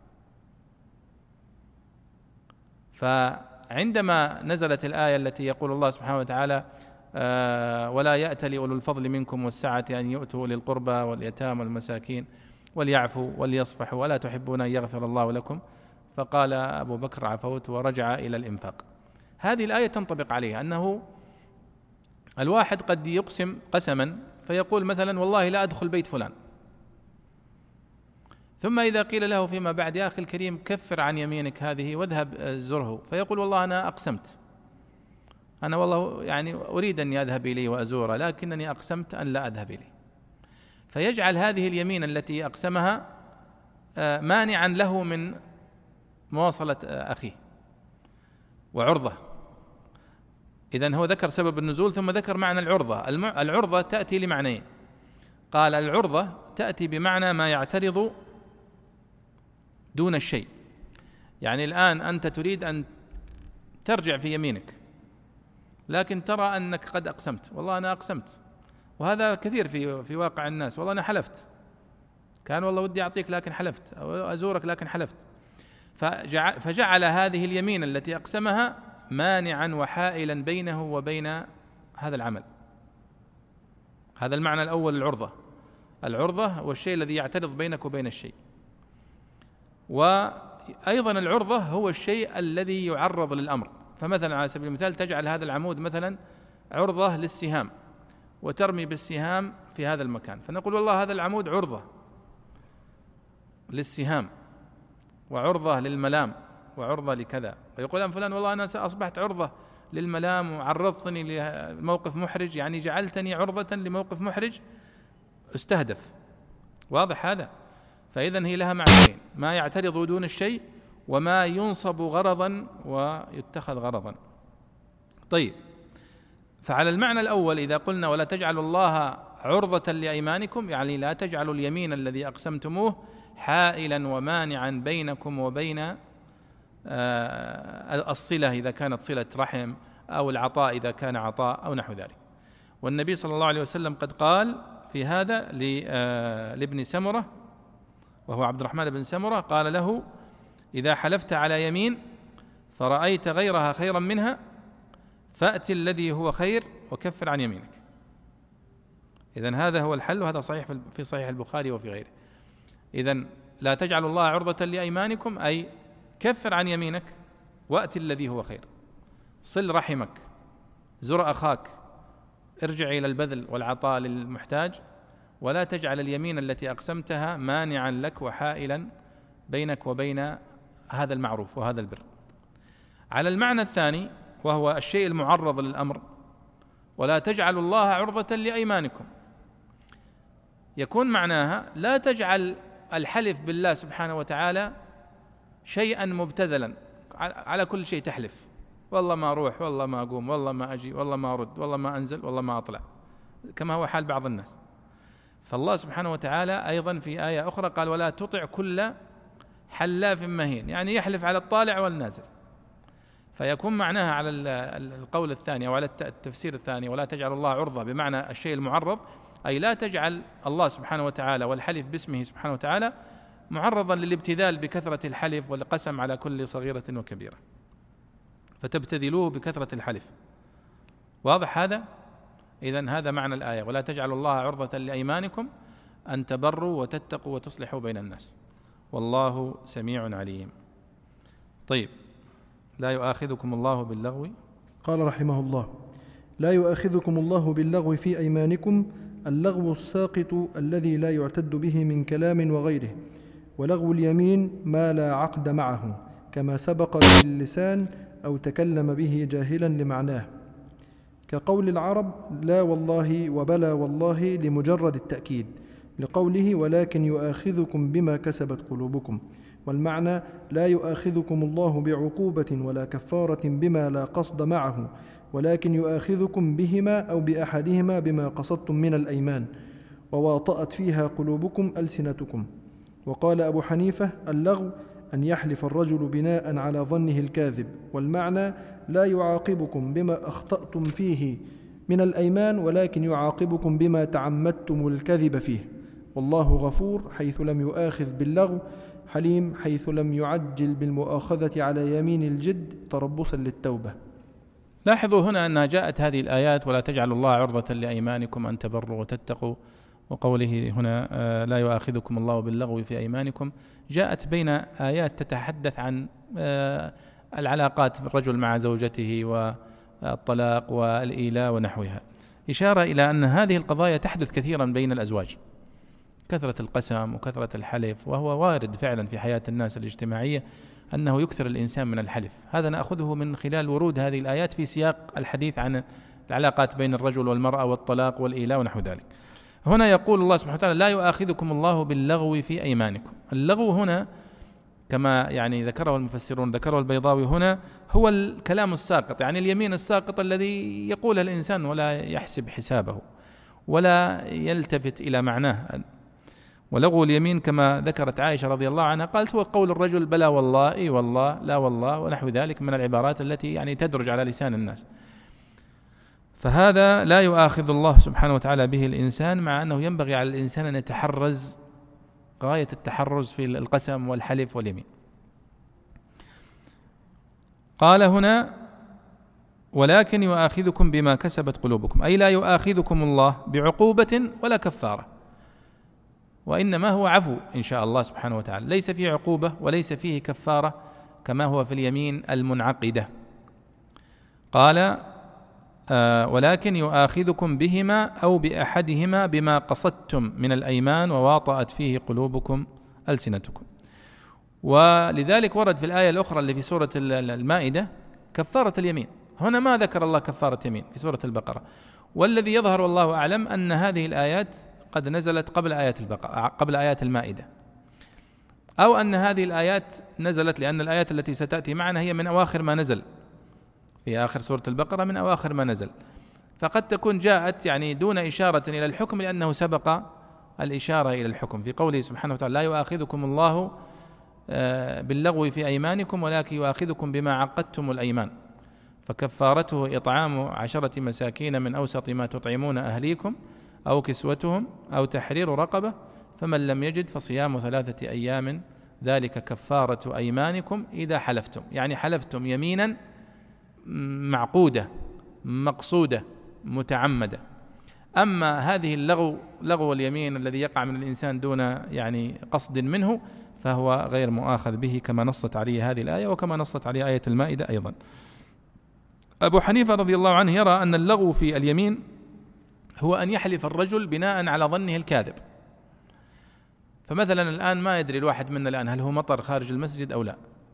فعندما نزلت الآية التي يقول الله سبحانه وتعالى آه ولا يأتل أولو الفضل منكم والسعة أن يؤتوا أولي القربى واليتامى والمساكين وليعفوا وليصفحوا ولا تحبون أن يغفر الله لكم، فقال أبو بكر عفوت ورجع إلى الإنفاق. هذه الآية تنطبق عليه أنه الواحد قد يقسم قسما فيقول مثلا والله لا أدخل بيت فلان، ثم إذا قيل له فيما بعد يا أخي الكريم كفر عن يمينك هذه واذهب زره، فيقول والله أنا أقسمت، أنا والله يعني أريد أن يذهب إليه وأزوره لكنني أقسمت أن لا أذهب إليه، فيجعل هذه اليمين التي أقسمها مانعا له من مواصلة أخيه وعرضة. إذن هو ذكر سبب النزول ثم ذكر معنى العرضة. العرضة تأتي لمعنيين، قال العرضة تأتي بمعنى ما يعترض دون الشيء، يعني الآن أنت تريد أن ترجع في يمينك لكن ترى أنك قد أقسمت، والله أنا أقسمت، وهذا كثير في في واقع الناس، والله أنا حلفت، كان والله ودي أعطيك لكن حلفت، أو أزورك لكن حلفت، فجعل, فجعل هذه اليمين التي أقسمها مانعا وحائلا بينه وبين هذا العمل. هذا المعنى الأول العرضة. العرضة هو الشيء الذي يعترض بينك وبين الشيء، وأيضا العرضة هو الشيء الذي يعرض للأمر. فمثلا على سبيل المثال تجعل هذا العمود مثلا عرضة للسهام وترمي بالسهام في هذا المكان، فنقول والله هذا العمود عرضة للسهام وعرضة للملام وعرضة لكذا، ويقول فلان والله أنا أصبحت عرضة للملام وعرضتني لموقف محرج، يعني جعلتني عرضة لموقف محرج استهدف. واضح هذا؟ فإذن هي لها معنيين، ما يعترض دون الشيء وما ينصب غرضا ويتخذ غرضا. طيب، فعلى المعنى الأول إذا قلنا ولا تجعلوا الله عرضة لأيمانكم، يعني لا تجعلوا اليمين الذي أقسمتموه حائلا ومانعا بينكم وبين الصلة إذا كانت صلة رحم أو العطاء إذا كان عطاء أو نحو ذلك. والنبي صلى الله عليه وسلم قد قال في هذا لابن سمرة وهو عبد الرحمن بن سمرة، قال له إذا حلفت على يمين فرأيت غيرها خيرا منها فأت الذي هو خير وكفر عن يمينك. إذن هذا هو الحل، وهذا صحيح في صحيح البخاري وفي غيره. إذن لا تجعلوا الله عرضة لأيمانكم، أي كفر عن يمينك وأت الذي هو خير، صل رحمك، زر أخاك، ارجع إلى البذل والعطاء للمحتاج، ولا تجعل اليمين التي أقسمتها مانعا لك وحائلا بينك وبين هذا المعروف وهذا البر. على المعنى الثاني وهو الشيء المعرض للأمر، ولا تجعلوا الله عرضة لأيمانكم، يكون معناها لا تجعل الحلف بالله سبحانه وتعالى شيئا مبتذلا، على كل شيء تحلف، والله ما أروح، والله ما أقوم، والله ما أجي، والله ما أرد، والله ما أنزل، والله ما أطلع، كما هو حال بعض الناس. فالله سبحانه وتعالى أيضا في آية أخرى قال ولا تطع كل حلاف مهين، يعني يحلف على الطالع والنازل. فيكون معناها على القول الثاني أو على التفسير الثاني ولا تجعل الله عرضة بمعنى الشيء المعرض، أي لا تجعل الله سبحانه وتعالى والحلف باسمه سبحانه وتعالى معرضا للابتذال بكثرة الحلف والقسم على كل صغيرة وكبيرة، فتبتذلوه بكثرة الحلف. واضح هذا؟ إذن هذا معنى الآية، ولا تجعلوا الله عرضة لأيمانكم أن تبروا وتتقوا وتصلحوا بين الناس والله سميع عليم. طيب، لا يؤاخذكم الله باللغو.
قال رحمه الله: لا يؤاخذكم الله باللغو في أيمانكم، اللغو الساقط الذي لا يعتد به من كلام وغيره، ولغو اليمين ما لا عقد معه كما سبق باللسان أو تكلم به جاهلا لمعناه، كقول العرب لا والله وبلا والله لمجرد التأكيد، لقوله ولكن يؤاخذكم بما كسبت قلوبكم. والمعنى لا يؤاخذكم الله بعقوبة ولا كفارة بما لا قصد معه، ولكن يؤاخذكم بهما أو بأحدهما بما قصدتم من الأيمان وواطأت فيها قلوبكم ألسنتكم. وقال أبو حنيفة اللغو أن يحلف الرجل بناء على ظنه الكاذب، والمعنى لا يعاقبكم بما أخطأتم فيه من الأيمان ولكن يعاقبكم بما تعمدتم الكذب فيه. والله غفور حيث لم يؤاخذ باللغو، حليم حيث لم يعجل بالمؤاخذة على يمين الجد تربصا للتوبة.
لاحظوا هنا أنها جاءت هذه الآيات ولا تجعلوا الله عرضة لأيمانكم أن تبروا وتتقوا، وقوله هنا لا يؤاخذكم الله باللغو في أيمانكم، جاءت بين آيات تتحدث عن العلاقات الرجل مع زوجته والطلاق والإيلاء ونحوها، إشارة إلى أن هذه القضايا تحدث كثيرا بين الأزواج، كثرة القسم وكثرة الحلف، وهو وارد فعلا في حياة الناس الاجتماعية أنه يكثر الإنسان من الحلف. هذا نأخذه من خلال ورود هذه الآيات في سياق الحديث عن العلاقات بين الرجل والمرأة والطلاق والإيلاء ونحو ذلك. هنا يقول الله سبحانه وتعالى لا يؤاخذكم الله باللغو في أيمانكم. اللغو هنا كما يعني ذكره المفسرون، ذكره البيضاوي هنا، هو الكلام الساقط، يعني اليمين الساقط الذي يقوله الإنسان ولا يحسب حسابه ولا يلتفت إلى معناه. ولغو اليمين كما ذكرت عائشة رضي الله عنها قالت هو قول الرجل بلى والله، اي والله، لا والله، ونحو ذلك من العبارات التي يعني تدرج على لسان الناس. فهذا لا يؤاخذ الله سبحانه وتعالى به الإنسان، مع أنه ينبغي على الإنسان أن يتحرز غاية التحرز في القسم والحلف واليمين. قال هنا ولكن يؤاخذكم بما كسبت قلوبكم، أي لا يؤاخذكم الله بعقوبة ولا كفارة، وإنما هو عفو إن شاء الله سبحانه وتعالى، ليس فيه عقوبة وليس فيه كفارة كما هو في اليمين المنعقدة. قال آه ولكن يؤاخذكم بهما أو بأحدهما بما قصدتم من الأيمان وواطأت فيه قلوبكم ألسنتكم. ولذلك ورد في الآية الأخرى اللي في سورة المائدة كفارة اليمين، هنا ما ذكر الله كفارة يمين في سورة البقرة. والذي يظهر والله أعلم أن هذه الآيات قد نزلت قبل آيات البقرة، قبل آيات المائدة، أو أن هذه الآيات نزلت لأن الآيات التي ستأتي معنا هي من أواخر ما نزل في آخر سورة البقرة، من أواخر ما نزل، فقد تكون جاءت يعني دون إشارة إلى الحكم لأنه سبق الإشارة إلى الحكم في قوله سبحانه وتعالى لا يؤاخذكم الله باللغو في أيمانكم ولكن يؤاخذكم بما عقدتم الأيمان، فكفارته إطعام عشرة مساكين من أوسط ما تطعمون أهليكم أو كسوتهم أو تحرير رقبة، فمن لم يجد فصيام ثلاثة أيام ذلك كفارة أيمانكم إذا حلفتم، يعني حلفتم يمينا معقودة مقصودة متعمدة. أما هذه اللغو لغو اليمين الذي يقع من الإنسان دون يعني قصد منه فهو غير مؤاخذ به كما نصت عليه هذه الآية وكما نصت عليه آية المائدة أيضا. أبو حنيفة رضي الله عنه يرى أن اللغو في اليمين هو أن يحلف الرجل بناء على ظنه الكاذب. فمثلا الآن ما يدري الواحد منا الآن هل هو مطر خارج المسجد أو لا،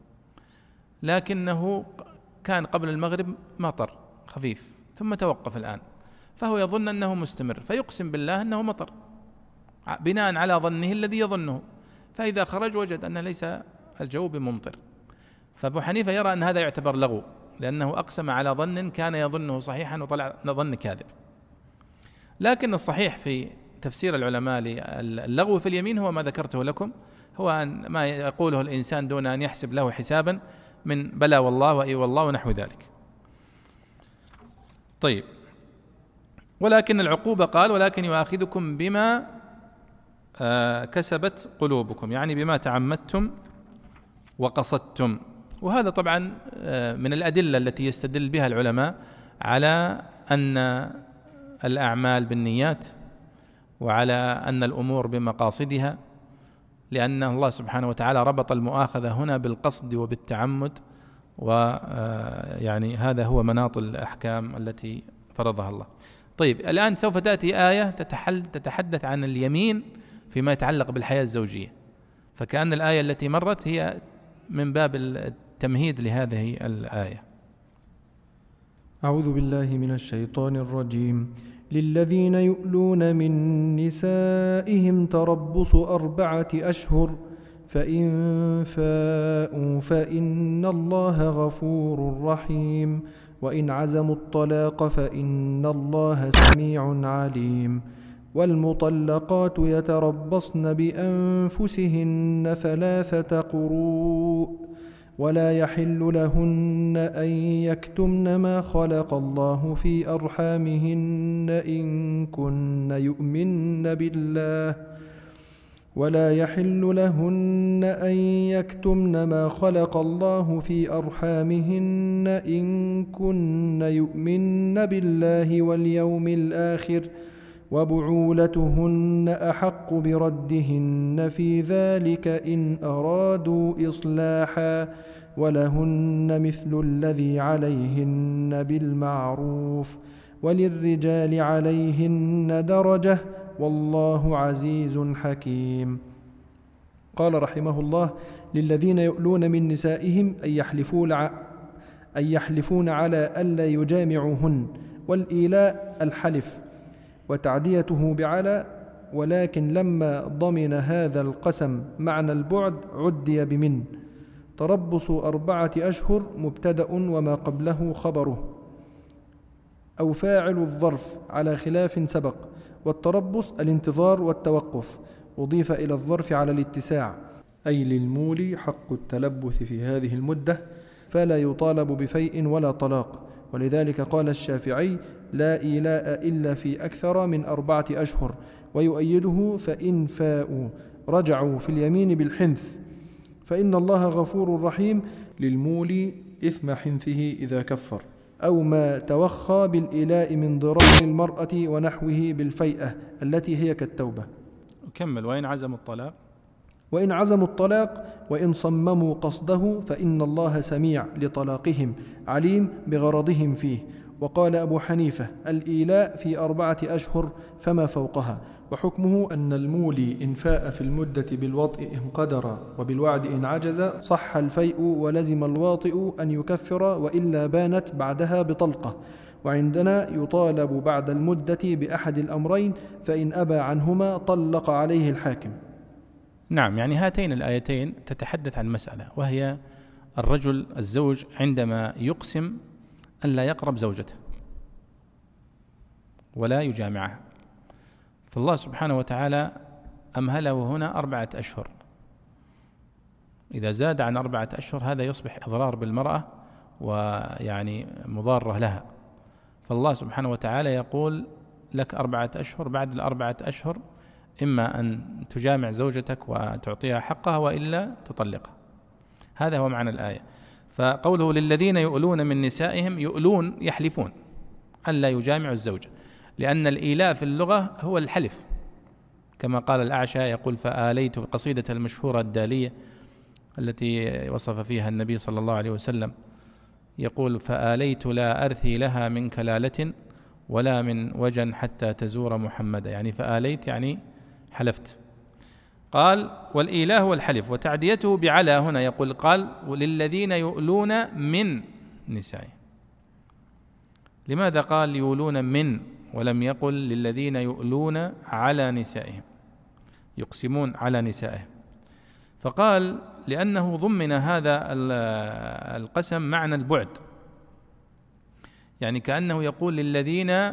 لكنه كان قبل المغرب مطر خفيف ثم توقف الآن، فهو يظن أنه مستمر فيقسم بالله أنه مطر بناء على ظنه الذي يظنه، فإذا خرج وجد أنه ليس الجو بممطر. فأبو حنيفة يرى أن هذا يعتبر لغو لأنه أقسم على ظن كان يظنه صحيحا وطلع ظن كاذب. لكن الصحيح في تفسير العلماء للغو في اليمين هو ما ذكرته لكم، هو أن ما يقوله الإنسان دون أن يحسب له حسابا من بلى والله وإي والله ونحو ذلك. طيب، ولكن العقوبة قال ولكن يؤاخذكم بما آه كسبت قلوبكم، يعني بما تعمدتم وقصدتم. وهذا طبعا آه من الأدلة التي يستدل بها العلماء على أن الأعمال بالنيات وعلى أن الأمور بمقاصدها، لأن الله سبحانه وتعالى ربط المؤاخذة هنا بالقصد وبالتعمد، ويعني هذا هو مناط الأحكام التي فرضها الله. طيب، الآن سوف تأتي آية تتحدث عن اليمين فيما يتعلق بالحياة الزوجية، فكأن الآية التي مرت هي من باب التمهيد لهذه الآية.
أعوذ بالله من الشيطان الرجيم. للذين يؤلون من نسائهم تربص أربعة أشهر فإن فاءوا فإن الله غفور رحيم وإن عزموا الطلاق فإن الله سميع عليم والمطلقات يتربصن بأنفسهن ثلاثة قروء ولا يحل لهن أن يكتمن ما خلق الله في أرحامهن إن كن يؤمن بالله ولا يحل لهن أن يكتمن ما خلق الله في أرحامهن إن كن يؤمن بالله واليوم الآخر وبعولتهن أحق بردهن في ذلك إن أرادوا إصلاحا ولهن مثل الذي عليهن بالمعروف وللرجال عليهن درجة والله عزيز حكيم. قال رحمه الله: للذين يؤلون من نسائهم أن يحلفون أن يحلفون على ألا يجامعوهن، والإيلاء الحلف وتعديته بعلى، ولكن لما ضمن هذا القسم معنى البعد عدي بمن. تربص أربعة أشهر مبتدأ وما قبله خبره أو فاعل الظرف على خلاف سبق، والتربص الانتظار والتوقف، أضيف إلى الظرف على الاتساع، أي للمولي حق التلبث في هذه المدة فلا يطالب بفيء ولا طلاق. ولذلك قال الشافعي: لا إيلاء إلا في أكثر من أربعة أشهر. ويؤيده: فإن فاءوا رجعوا في اليمين بالحنث، فإن الله غفور رحيم للمولي إثم حنثه إذا كفر، أو ما توخى بالإيلاء من ضرار المرأة ونحوه بالفيئة التي هي كالتوبة.
كمل: وإن عزموا الطلاق
وإن عزموا الطلاق وإن صمموا قصده فإن الله سميع لطلاقهم عليم بغرضهم فيه. وقال أبو حنيفة: الإيلاء في أربعة أشهر فما فوقها، وحكمه أن المولي إن فاء في المدة بالوطء إن قدر وبالوعد إن عجز صح الفيء ولزم الواطئ أن يكفر، وإلا بانت بعدها بطلقة. وعندنا يطالب بعد المدة بأحد الأمرين، فإن أبى عنهما طلق عليه الحاكم.
نعم، يعني هاتين الآيتين تتحدث عن مسألة، وهي الرجل الزوج عندما يقسم أن لا يقرب زوجته ولا يجامعها، فالله سبحانه وتعالى أمهله هنا أربعة أشهر. إذا زاد عن أربعة أشهر هذا يصبح إضرار بالمرأة ويعني مضارة لها، فالله سبحانه وتعالى يقول لك أربعة أشهر، بعد الأربعة أشهر إما أن تجامع زوجتك وتعطيها حقها وإلا تطلقها. هذا هو معنى الآية. فقوله للذين يؤلون من نسائهم، يؤلون يحلفون ألا يجامعوا الزوجة، لأن الإيلاء في اللغة هو الحلف، كما قال الأعشى يقول: فآليت القصيدة المشهورة الدالية التي وصف فيها النبي صلى الله عليه وسلم، يقول: فآليت لا أرثي لها من كلالة ولا من وجن حتى تزور محمدا، يعني فآليت يعني حلفت. قال: والإيلاء هو الحلف، وتعديته بعلى هنا يقول قال: وللذين يؤلون من نسائهم. لماذا قال يؤلون من ولم يقل للذين يؤلون على نسائهم، يقسمون على نسائهم؟ فقال: لأنه ضمن هذا القسم معنى البعد، يعني كأنه يقول للذين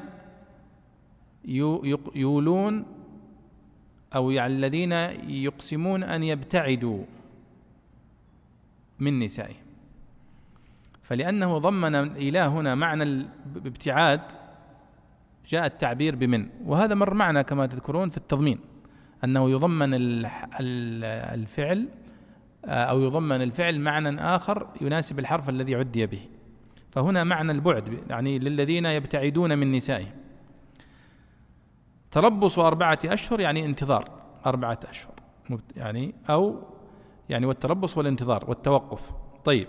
يؤلون أو يعني الذين يقسمون أن يبتعدوا من نسائهم، فلأنه ضمن الإله هنا معنى الابتعاد جاء التعبير بمن، وهذا مر معنا كما تذكرون في التضمين أنه يضمن الفعل أو يضمن الفعل معنى آخر يناسب الحرف الذي عدي به. فهنا معنى البعد يعني للذين يبتعدون من نسائهم. تربص أربعة أشهر يعني انتظار أربعة أشهر، يعني أو يعني والتربص والانتظار والتوقف. طيب،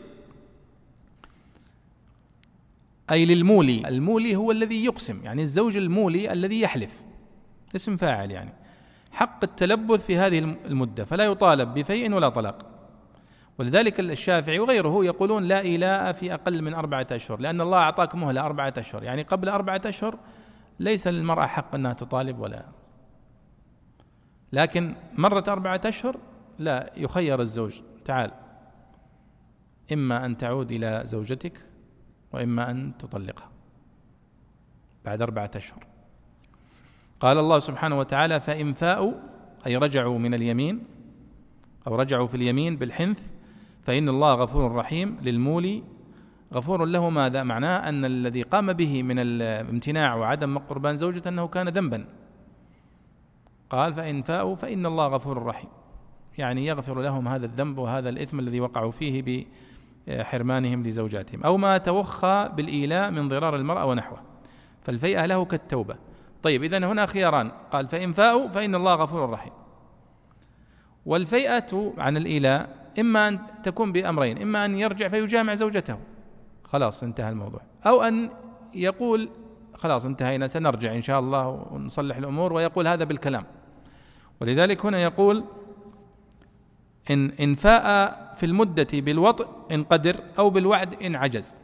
أي للمولي. المولي هو الذي يقسم، يعني الزوج المولي الذي يحلف، اسم فاعل، يعني حق التلبث في هذه المدة، فلا يطالب بفيء ولا طلاق. ولذلك الشافعي وغيره يقولون لا إيلاء في أقل من أربعة أشهر، لأن الله أعطاك مهلة أربعة أشهر، يعني قبل أربعة أشهر ليس للمرأة حق أنها تطالب ولا، لكن مرت أربعة أشهر لا، يخير الزوج، تعال إما أن تعود إلى زوجتك وإما أن تطلقها بعد أربعة أشهر. قال الله سبحانه وتعالى: فإن فاءوا، أي رجعوا من اليمين أو رجعوا في اليمين بالحنث، فإن الله غفور رحيم للمولي غفور له. ماذا معناه؟ أن الذي قام به من الامتناع وعدم قربان زوجته أنه كان ذنبا. قال: فإن فاءوا فإن الله غفور رحيم، يعني يغفر لهم هذا الذنب وهذا الإثم الذي وقعوا فيه بحرمانهم لزوجاتهم، أو ما توخى بالإيلاء من ضرار المرأة ونحوه، فالفيئة له كالتوبة. طيب، إذن هنا خياران، قال: فإن فاءوا فإن الله غفور رحيم. والفيئة عن الإيلاء إما أن تكون بأمرين: إما أن يرجع فيجامع زوجته، خلاص انتهى الموضوع، أو أن يقول خلاص انتهينا سنرجع إن شاء الله ونصلح الأمور، ويقول هذا بالكلام. ولذلك هنا يقول: إن إن فاء في المدة بالوطء إن قدر، أو بالوعد إن عجز.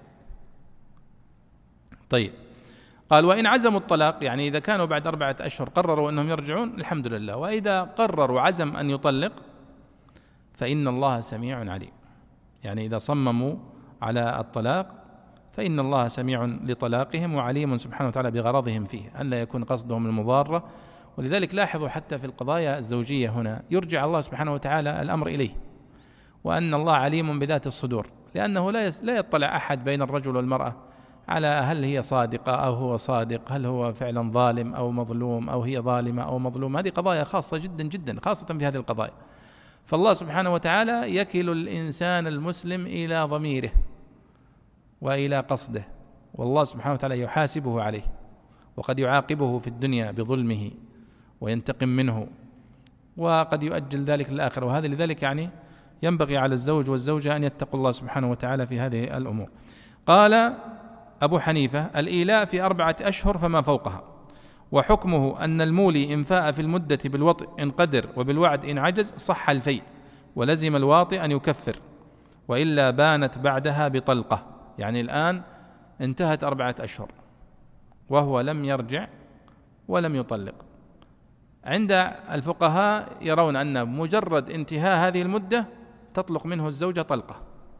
طيب، قال: وإن عزموا الطلاق، يعني إذا كانوا بعد أربعة أشهر قرروا أنهم يرجعون الحمد لله، وإذا قرروا عزم أن يطلق فإن الله سميع عليم، يعني إذا صمموا على الطلاق فإن الله سميع لطلاقهم وعليم سبحانه وتعالى بغرضهم فيه، أن لا يكون قصدهم المضارة. ولذلك لاحظوا حتى في القضايا الزوجية هنا يرجع الله سبحانه وتعالى الأمر إليه، وأن الله عليم بذات الصدور، لأنه لا لا يطلع أحد بين الرجل والمرأة على هل هي صادقة أو هو صادق، هل هو فعلا ظالم أو مظلوم، أو هي ظالمة أو مظلوم. هذه قضايا خاصة جدا جدا، خاصة في هذه القضايا. فالله سبحانه وتعالى يكل الإنسان المسلم إلى ضميره وإلى قصده، والله سبحانه وتعالى يحاسبه عليه، وقد يعاقبه في الدنيا بظلمه وينتقم منه، وقد يؤجل ذلك للآخرة. وهذا لذلك يعني ينبغي على الزوج والزوجة أن يتقوا الله سبحانه وتعالى في هذه الأمور. قال أبو حنيفة: الإيلاء في أربعة أشهر فما فوقها، وحكمه أن المولي إن فاء في المدة بالوطء إن قدر وبالوعد إن عجز صح الفيء، ولزم الواطئ أن يكفر، وإلا بانت بعدها بطلقة. يعني الآن انتهت أربعة أشهر وهو لم يرجع ولم يطلق. عند الفقهاء يرون أن مجرد انتهاء هذه المدة تطلق منه الزوجة طلقة.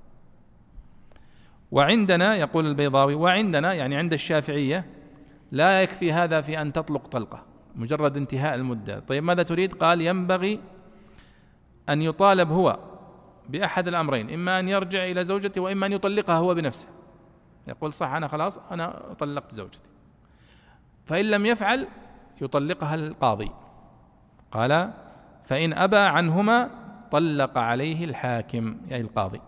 وعندنا، يقول البيضاوي، وعندنا يعني عند الشافعية لا يكفي هذا في أن تطلق طلقة مجرد انتهاء المدة. طيب ماذا تريد؟ قال: ينبغي أن يطالب هو بأحد الأمرين، إما أن يرجع إلى زوجته وإما أن يطلقها هو بنفسه، يقول: صح أنا خلاص أنا طلقت زوجتي. فإن لم يفعل يطلقها القاضي. قال: فإن أبى عنهما طلق عليه الحاكم، أي القاضي.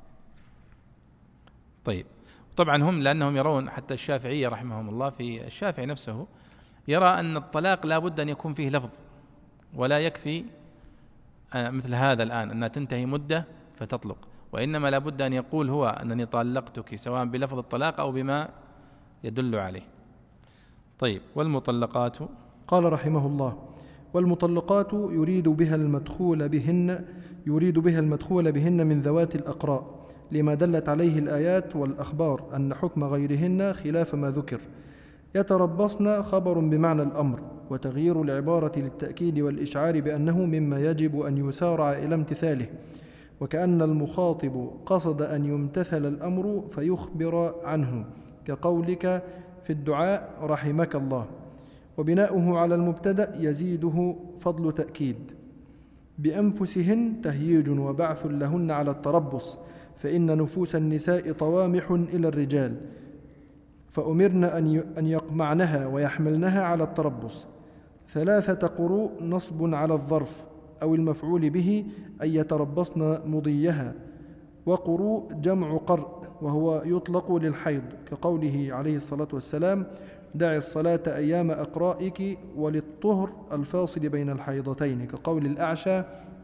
طيب، طبعا هم لأنهم يرون، حتى الشافعية رحمهم الله، في الشافعي نفسه يرى أن الطلاق لا بد أن يكون فيه لفظ، ولا يكفي مثل هذا الآن أنها تنتهي مدة فتطلق، وإنما لا بد أن يقول هو أنني طلقتك، سواء بلفظ الطلاق أو بما يدل عليه. طيب، والمطلقات،
قال رحمه الله: والمطلقات يريد بها المدخول بهن يريد بها المدخول بهن من ذوات الأقراء، لما دلت عليه الآيات والأخبار أن حكم غيرهن خلاف ما ذكر. يتربصن خبر بمعنى الأمر، وتغيير العبارة للتأكيد والإشعار بأنه مما يجب أن يسارع إلى امتثاله، وكأن المخاطب قصد أن يمتثل الأمر فيخبر عنه، كقولك في الدعاء رحمك الله. وبناؤه على المبتدأ يزيده فضل تأكيد. بأنفسهن تهييج وبعث لهن على التربص، فإن نفوس النساء طوامح إلى الرجال، فأمرن أن يقمعنها ويحملنها على التربص. ثلاثة قروء نصب على الظرف أو المفعول به أن يتربصن مضيها، وقروء جمع قرء وهو يطلق للحيض، كقوله عليه الصلاة والسلام: دع الصلاة أيام أقرائك، وللطهر الفاصل بين الحيضتين، كقول الأعشى: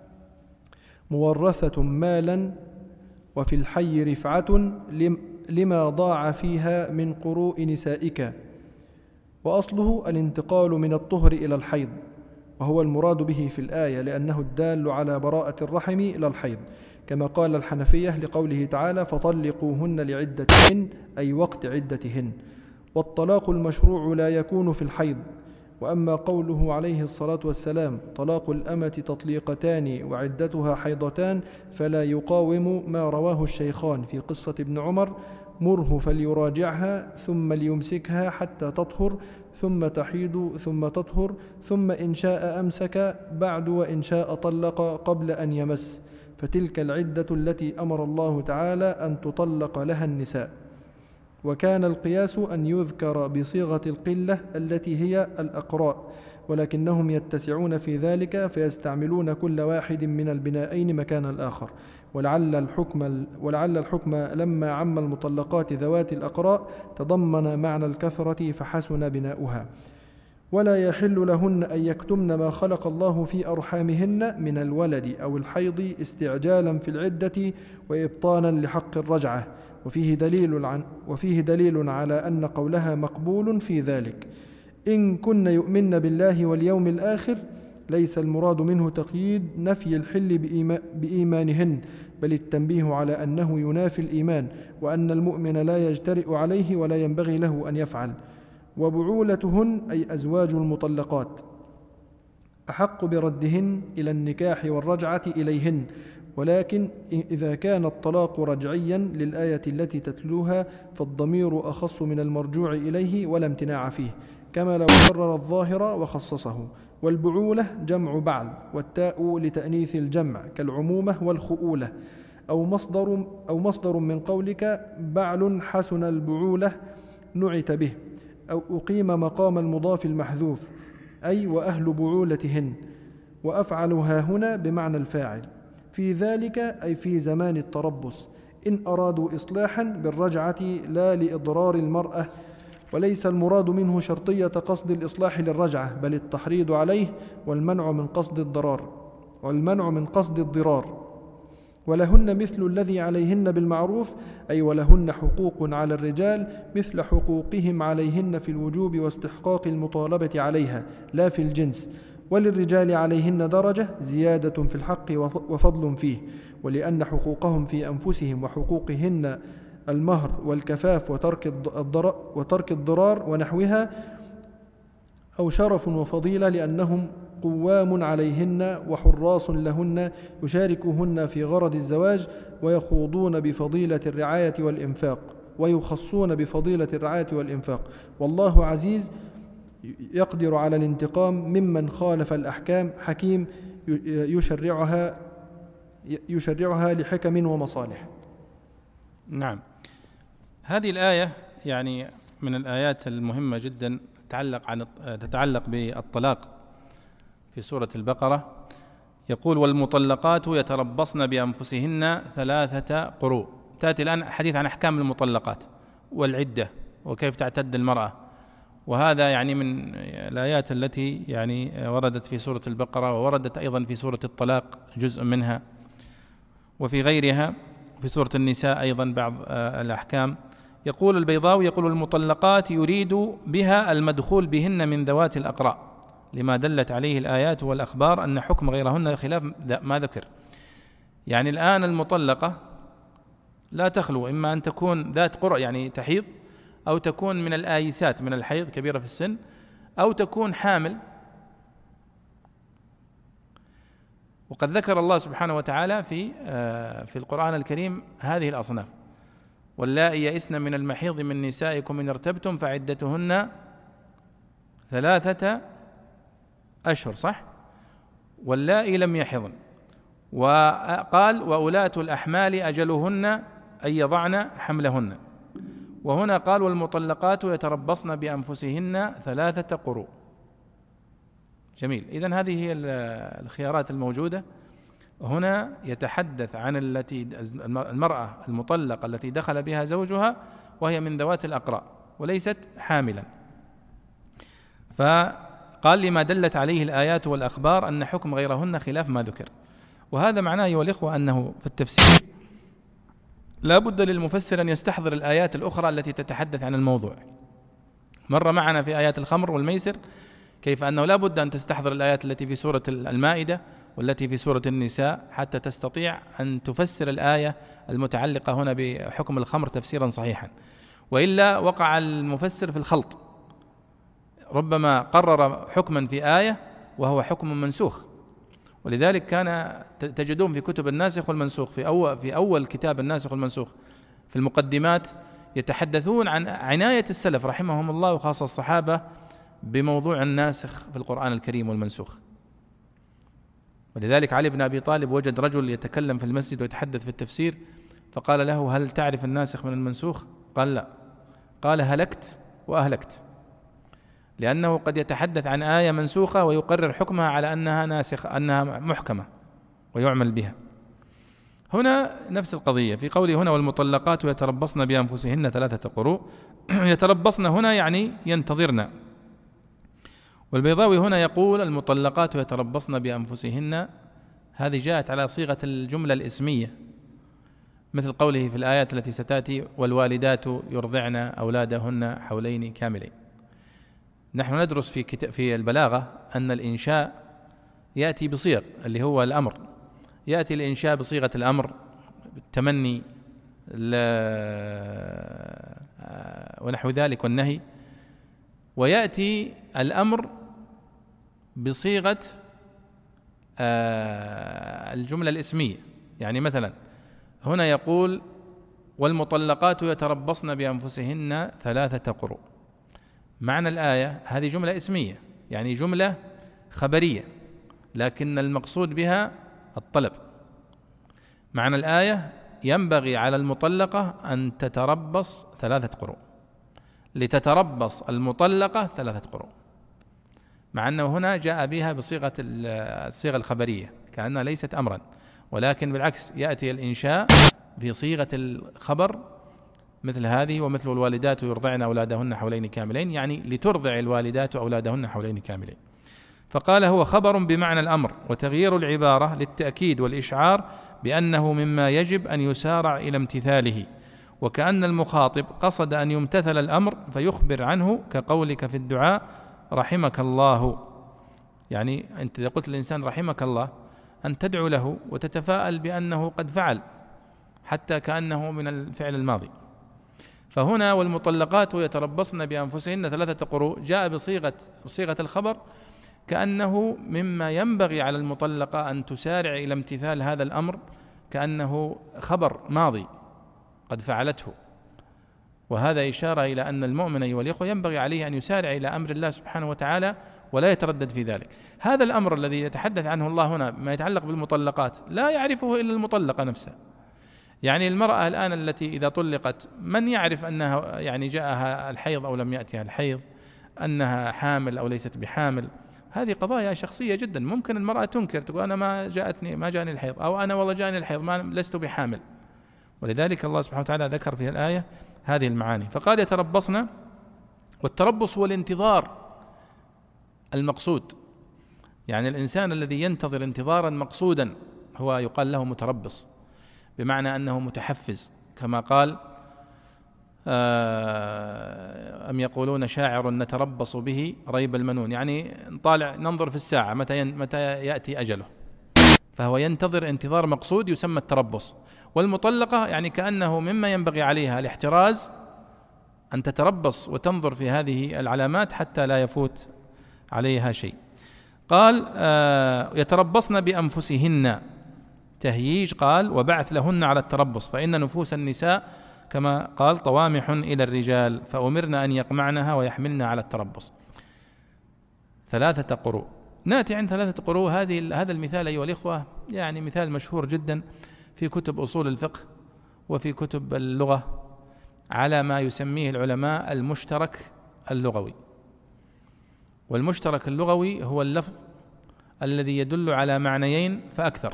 مورثة مالا وفي الحي رفعة لما ضاع فيها من قروء نسائك. وأصله الانتقال من الطهر إلى الحيض، وهو المراد به في الآية، لأنه الدال على براءة الرحم إلى الحيض، كما قال الحنفية لقوله تعالى: فطلقوهن لعدتهن، أي وقت عدتهن. والطلاق المشروع لا يكون في الحيض. وأما قوله عليه الصلاة والسلام طلاق الأمة تطليقتان وعدتها حيضتان فلا يقاوم ما رواه الشيخان في قصة ابن عمر: مره فليراجعها ثم ليمسكها حتى تطهر ثم تحيض ثم تطهر ثم إن شاء أمسك بعد وإن شاء طلق قبل أن يمس، فتلك العدة التي أمر الله تعالى أن تطلق لها النساء. وكان القياس أن يذكر بصيغة القلة التي هي الأقراء، ولكنهم يتسعون في ذلك فيستعملون كل واحد من البنائين مكان الآخر. ولعل الحكم, ولعل الحكم لما عم المطلقات ذوات الأقراء تضمن معنى الكثرة فحسن بناؤها. ولا يحل لهن أن يكتمن ما خلق الله في أرحامهن من الولد أو الحيض استعجالا في العدة وإبطانا لحق الرجعة، وفيه دليل, عن وفيه دليل على أن قولها مقبول في ذلك. إن كن يؤمن بالله واليوم الآخر ليس المراد منه تقييد نفي الحل بإيمانهن، بل التنبيه على أنه ينافي الإيمان، وأن المؤمن لا يجترئ عليه ولا ينبغي له أن يفعل. وبعولتهن أي أزواج المطلقات أحق بردهن إلى النكاح والرجعة إليهن، ولكن إذا كان الطلاق رجعيا للآية التي تتلوها فالضمير أخص من المرجوع إليه ولا امتناع فيه، كما لو قرر الظاهر وخصصه. والبعولة جمع بعل، والتاء لتأنيث الجمع كالعمومة والخؤولة. أو مصدر, أو مصدر من قولك بعل حسن البعولة نعت به، أو أقيم مقام المضاف المحذوف أي وأهل بعولتهن. وأفعلها هنا بمعنى الفاعل في ذلك أي في زمان التربص، إن أرادوا إصلاحا بالرجعة لا لإضرار المرأة، وليس المراد منه شرطية قصد الإصلاح للرجعة، بل التحريض عليه والمنع من قصد الضرار والمنع من قصد الضرار. ولهن مثل الذي عليهن بالمعروف أي ولهن حقوق على الرجال مثل حقوقهم عليهن في الوجوب واستحقاق المطالبة عليها لا في الجنس. وللرجال عليهن درجة زيادة في الحق وفضل فيه، ولأن حقوقهم في أنفسهم وحقوقهن المهر والكفاف وترك الضرر, وترك الضرار ونحوها أو شرف وفضيلة، لأنهم قوام عليهن وحراس لهن يشاركهن في غرض الزواج ويخوضون بفضيلة الرعاية والإنفاق ويخصون بفضيلة الرعاية والإنفاق. والله عزيز يقدر على الانتقام ممن خالف الأحكام، حكيم يشرعها يشرعها لحكم ومصالح.
نعم، هذه الآية يعني من الآيات المهمة جدا تتعلق عن تتعلق بالطلاق في سورة البقرة. يقول: والمطلقات يتربصن بأنفسهن ثلاثة قروء. تأتي الآن حديث عن أحكام المطلقات والعدة وكيف تعتد المرأة، وهذا يعني من الآيات التي يعني وردت في سورة البقرة، ووردت أيضا في سورة الطلاق جزء منها، وفي غيرها في سورة النساء أيضا بعض الأحكام. يقول البيضاوي: يقول المطلقات يريد بها المدخول بهن من ذوات الأقراء، لما دلت عليه الآيات والأخبار أن حكم غيرهن خلاف ما ذكر. يعني الآن المطلقة لا تخلو إما أن تكون ذات قرء يعني تحيض، أو تكون من الآيسات من الحيض كبيرة في السن، أو تكون حامل. وقد ذكر الله سبحانه وتعالى في في القرآن الكريم هذه الأصناف: واللائي يئسن من المحيض من نسائكم إن ارتبتم فعدتهن ثلاثة أشهر، صح؟ واللائي لم يحضن. وقال: وأولاة الأحمال أجلهن أن يضعن حملهن. وهنا قال: والمطلقات يتربصن بأنفسهن ثلاثة قروء. جميل. إذن هذه هي الخيارات الموجودة هنا. يتحدث عن التي المرأة المطلقة التي دخل بها زوجها وهي من ذوات الأقراء وليست حاملا. فقال: لما دلت عليه الآيات والأخبار أن حكم غيرهن خلاف ما ذكر. وهذا معناه أيها الإخوة أنه في التفسير لا بد للمفسر أن يستحضر الآيات الأخرى التي تتحدث عن الموضوع. مر معنا في آيات الخمر والميسر كيف أنه لا بد أن تستحضر الآيات التي في سورة المائدة والتي في سورة النساء حتى تستطيع أن تفسر الآية المتعلقة هنا بحكم الخمر تفسيرا صحيحا. وإلا وقع المفسر في الخلط، ربما قرر حكما في آية وهو حكم منسوخ. ولذلك كان تجدون في كتب الناسخ والمنسوخ في أول, في أول كتاب الناسخ والمنسوخ في المقدمات يتحدثون عن عناية السلف رحمهم الله وخاصة الصحابة بموضوع الناسخ في القرآن الكريم والمنسوخ. ولذلك علي بن أبي طالب وجد رجل يتكلم في المسجد ويتحدث في التفسير، فقال له: هل تعرف الناسخ من المنسوخ؟ قال: لا. قال: هلكت وأهلكت، لأنه قد يتحدث عن آية منسوخة ويقرر حكمها على أنها ناسخ، أنها محكمة ويعمل بها. هنا نفس القضية في قوله هنا: والمطلقات يتربصن بأنفسهن ثلاثة قروء. يتربصن هنا يعني ينتظرن. والبيضاوي هنا يقول: المطلقات يتربصن بأنفسهن، هذه جاءت على صيغة الجملة الإسمية، مثل قوله في الآيات التي ستأتي: والوالدات يرضعن أولادهن حولين كاملين. نحن ندرس في كتاب في البلاغة أن الإنشاء يأتي بصيغ اللي هو الأمر، يأتي الإنشاء بصيغة الأمر التمني ونحو ذلك والنهي، ويأتي الأمر بصيغة الجملة الإسمية. يعني مثلا هنا يقول: والمطلقات يتربصن بأنفسهن ثلاثة قروء. معنى الآية هذه جملة اسمية، يعني جملة خبرية، لكن المقصود بها الطلب. معنى الآية: ينبغي على المطلقة أن تتربص ثلاثة قروء، لتتربص المطلقة ثلاثة قروء، مع أنه هنا جاء بها بصيغة الصيغة الخبرية كأنها ليست أمرا، ولكن بالعكس يأتي الإنشاء في صيغة الخبر مثل هذه: ومثل الوالدات يرضعن أولادهن حولين كاملين، يعني لترضع الوالدات أولادهن حولين كاملين. فقال: هو خبر بمعنى الأمر، وتغيير العبارة للتأكيد والإشعار بأنه مما يجب أن يسارع إلى امتثاله، وكأن المخاطب قصد أن يمتثل الأمر فيخبر عنه، كقولك في الدعاء: رحمك الله. يعني أنت إذا قلت للإنسان رحمك الله أن تدعو له وتتفاءل بأنه قد فعل، حتى كأنه من الفعل الماضي. فهنا والمطلقات يتربصن بأنفسهن ثلاثة قروء جاء بصيغة بصيغة الخبر، كأنه مما ينبغي على المطلقة أن تسارع إلى امتثال هذا الأمر، كأنه خبر ماضي قد فعلته. وهذا إشارة إلى أن المؤمن أيها الإخوة ينبغي عليه أن يسارع إلى أمر الله سبحانه وتعالى ولا يتردد في ذلك. هذا الأمر الذي يتحدث عنه الله هنا ما يتعلق بالمطلقات لا يعرفه إلا المطلقة نفسها. يعني المرأة الآن التي إذا طلقت من يعرف أنها يعني جاءها الحيض أو لم يأتها الحيض، أنها حامل أو ليست بحامل؟ هذه قضايا شخصية جدا. ممكن المرأة تنكر، تقول أنا ما جاءتني ما جاءني الحيض، أو أنا والله جاءني الحيض ما لست بحامل. ولذلك الله سبحانه وتعالى ذكر في الآية هذه المعاني، فقال: يتربصن. والتربص هو الانتظار المقصود، يعني الإنسان الذي ينتظر انتظارا مقصودا هو يقال له متربص، بمعنى أنه متحفز، كما قال: أم يقولون شاعر نتربص به ريب المنون، يعني نطالع ننظر في الساعة متى متى يأتي أجله، فهو ينتظر انتظار مقصود يسمى التربص. والمطلقة يعني كأنه مما ينبغي عليها الاحتراز أن تتربص وتنظر في هذه العلامات حتى لا يفوت عليها شيء. قال: يتربصن بأنفسهن تهييج، قال: وبعث لهن على التربص، فإن نفوس النساء كما قال طوامح إلى الرجال، فأمرنا أن يقمعنها ويحملن على التربص. ثلاثة قروء. نأتي عند ثلاثة قروء. هذه هذا المثال أيها الإخوة يعني مثال مشهور جدا في كتب أصول الفقه وفي كتب اللغة على ما يسميه العلماء المشترك اللغوي. والمشترك اللغوي هو اللفظ الذي يدل على معنيين فأكثر،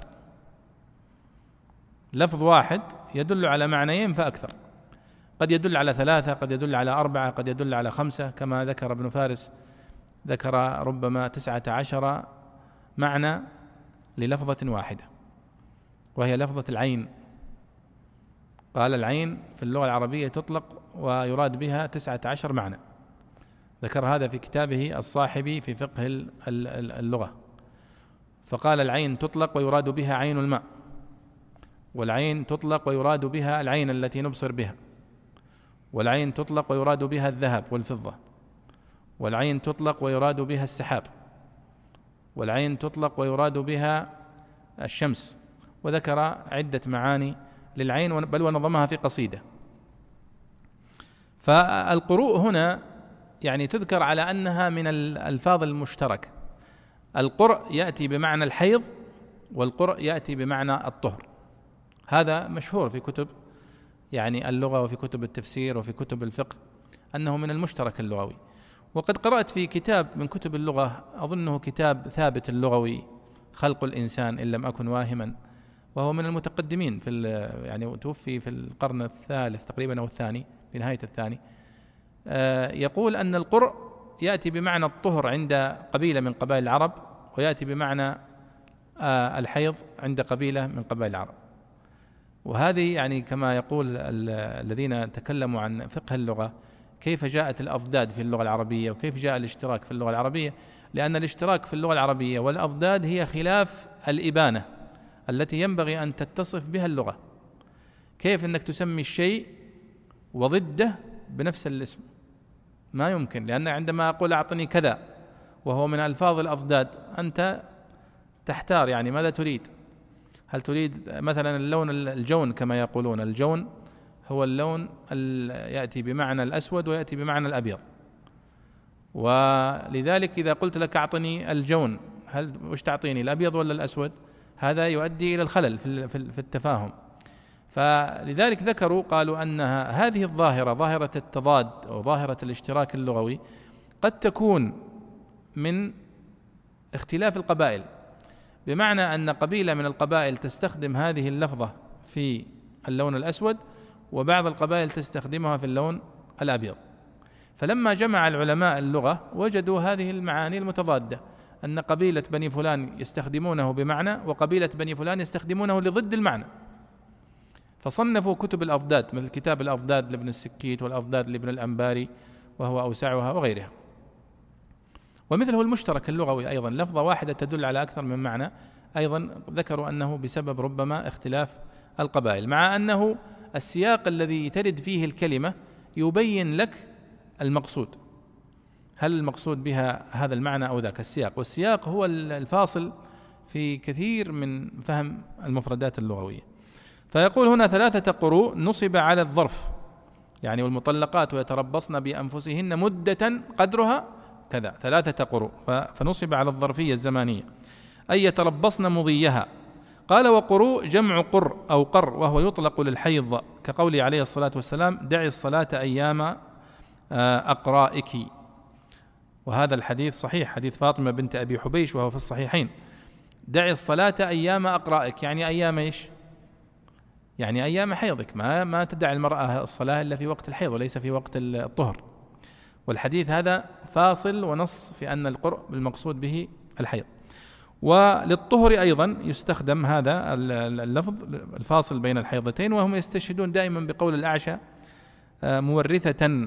لفظ واحد يدل على معنيين فأكثر، قد يدل على ثلاثة، قد يدل على أربعة، قد يدل على خمسة، كما ذكر ابن فارس، ذكر ربما تسعة عشر معنى للفظة واحدة، وهي لفظة العين. قال: العين في اللغة العربية تطلق ويراد بها تسعة عشر معنى، ذكر هذا في كتابه الصاحبي في فقه اللغة. فقال: العين تطلق ويراد بها عين الماء، والعين تطلق ويراد بها العين التي نبصر بها، والعين تطلق ويراد بها الذهب والفضة، والعين تطلق ويراد بها السحاب، والعين تطلق ويراد بها الشمس، وذكر عدة معاني للعين بل ونظمها في قصيدة. فالقروء هنا يعني تذكر على أنها من الألفاظ المشتركة. القرء يأتي بمعنى الحيض، والقرء يأتي بمعنى الطهر. هذا مشهور في كتب يعني اللغة وفي كتب التفسير وفي كتب الفقه أنه من المشترك اللغوي. وقد قرأت في كتاب من كتب اللغة أظنه كتاب ثابت اللغوي خلق الإنسان إن لم أكن واهما، وهو من المتقدمين في يعني توفي في القرن الثالث تقريبا أو الثاني في نهاية الثاني، يقول أن القرء يأتي بمعنى الطهر عند قبيلة من قبائل العرب، ويأتي بمعنى الحيض عند قبيلة من قبائل العرب. وهذه يعني كما يقول الذين تكلموا عن فقه اللغة كيف جاءت الأضداد في اللغة العربية وكيف جاء الاشتراك في اللغة العربية، لأن الاشتراك في اللغة العربية والأضداد هي خلاف الإبانة التي ينبغي أن تتصف بها اللغة. كيف أنك تسمي الشيء وضده بنفس الاسم؟ ما يمكن، لأن عندما أقول أعطني كذا وهو من ألفاظ الأضداد أنت تحتار يعني ماذا تريد؟ هل تريد مثلا اللون الجون كما يقولون؟ الجون هو اللون يأتي بمعنى الأسود ويأتي بمعنى الأبيض، ولذلك إذا قلت لك أعطني الجون هل وش تعطيني، الأبيض ولا الأسود؟ هذا يؤدي إلى الخلل في التفاهم. فلذلك ذكروا قالوا أنها هذه الظاهرة ظاهرة التضاد أو ظاهرة الاشتراك اللغوي قد تكون من اختلاف القبائل، بمعنى أن قبيلة من القبائل تستخدم هذه اللفظة في اللون الأسود وبعض القبائل تستخدمها في اللون الأبيض. فلما جمع العلماء اللغة وجدوا هذه المعاني المتضادة، أن قبيلة بني فلان يستخدمونه بمعنى وقبيلة بني فلان يستخدمونه لضد المعنى، فصنفوا كتب الأضداد مثل كتاب الأضداد لابن السكيت والأضداد لابن الأنباري وهو أوسعها وغيرها. ومثله المشترك اللغوي أيضا لفظة واحدة تدل على أكثر من معنى، أيضا ذكروا أنه بسبب ربما اختلاف القبائل، مع أنه السياق الذي ترد فيه الكلمة يبين لك المقصود، هل المقصود بها هذا المعنى أو ذاك السياق، والسياق هو الفاصل في كثير من فهم المفردات اللغوية. فيقول هنا ثلاثة قروء نصب على الظرف، يعني والمطلقات ويتربصن بأنفسهن مدة قدرها كذا، ثلاثة قروء، فنصب على الظرفية الزمانية أي يتربصن مضيها. قال وقروء جمع قر أو قر، وهو يطلق للحيض كقوله عليه الصلاة والسلام دعي الصلاة أيام أقرائك، وهذا الحديث صحيح، حديث فاطمة بنت أبي حبيش وهو في الصحيحين، دعي الصلاة أيام أقرائك، يعني أيام إيش؟ يعني أيام حيضك، ما ما تدعي المرأة الصلاة إلا في وقت الحيض وليس في وقت الطهر. والحديث هذا فاصل ونص في أن القرء المقصود به الحيض. وللطهر أيضا يستخدم هذا اللفظ الفاصل بين الحيضتين، وهم يستشهدون دائما بقول الأعشى مورثة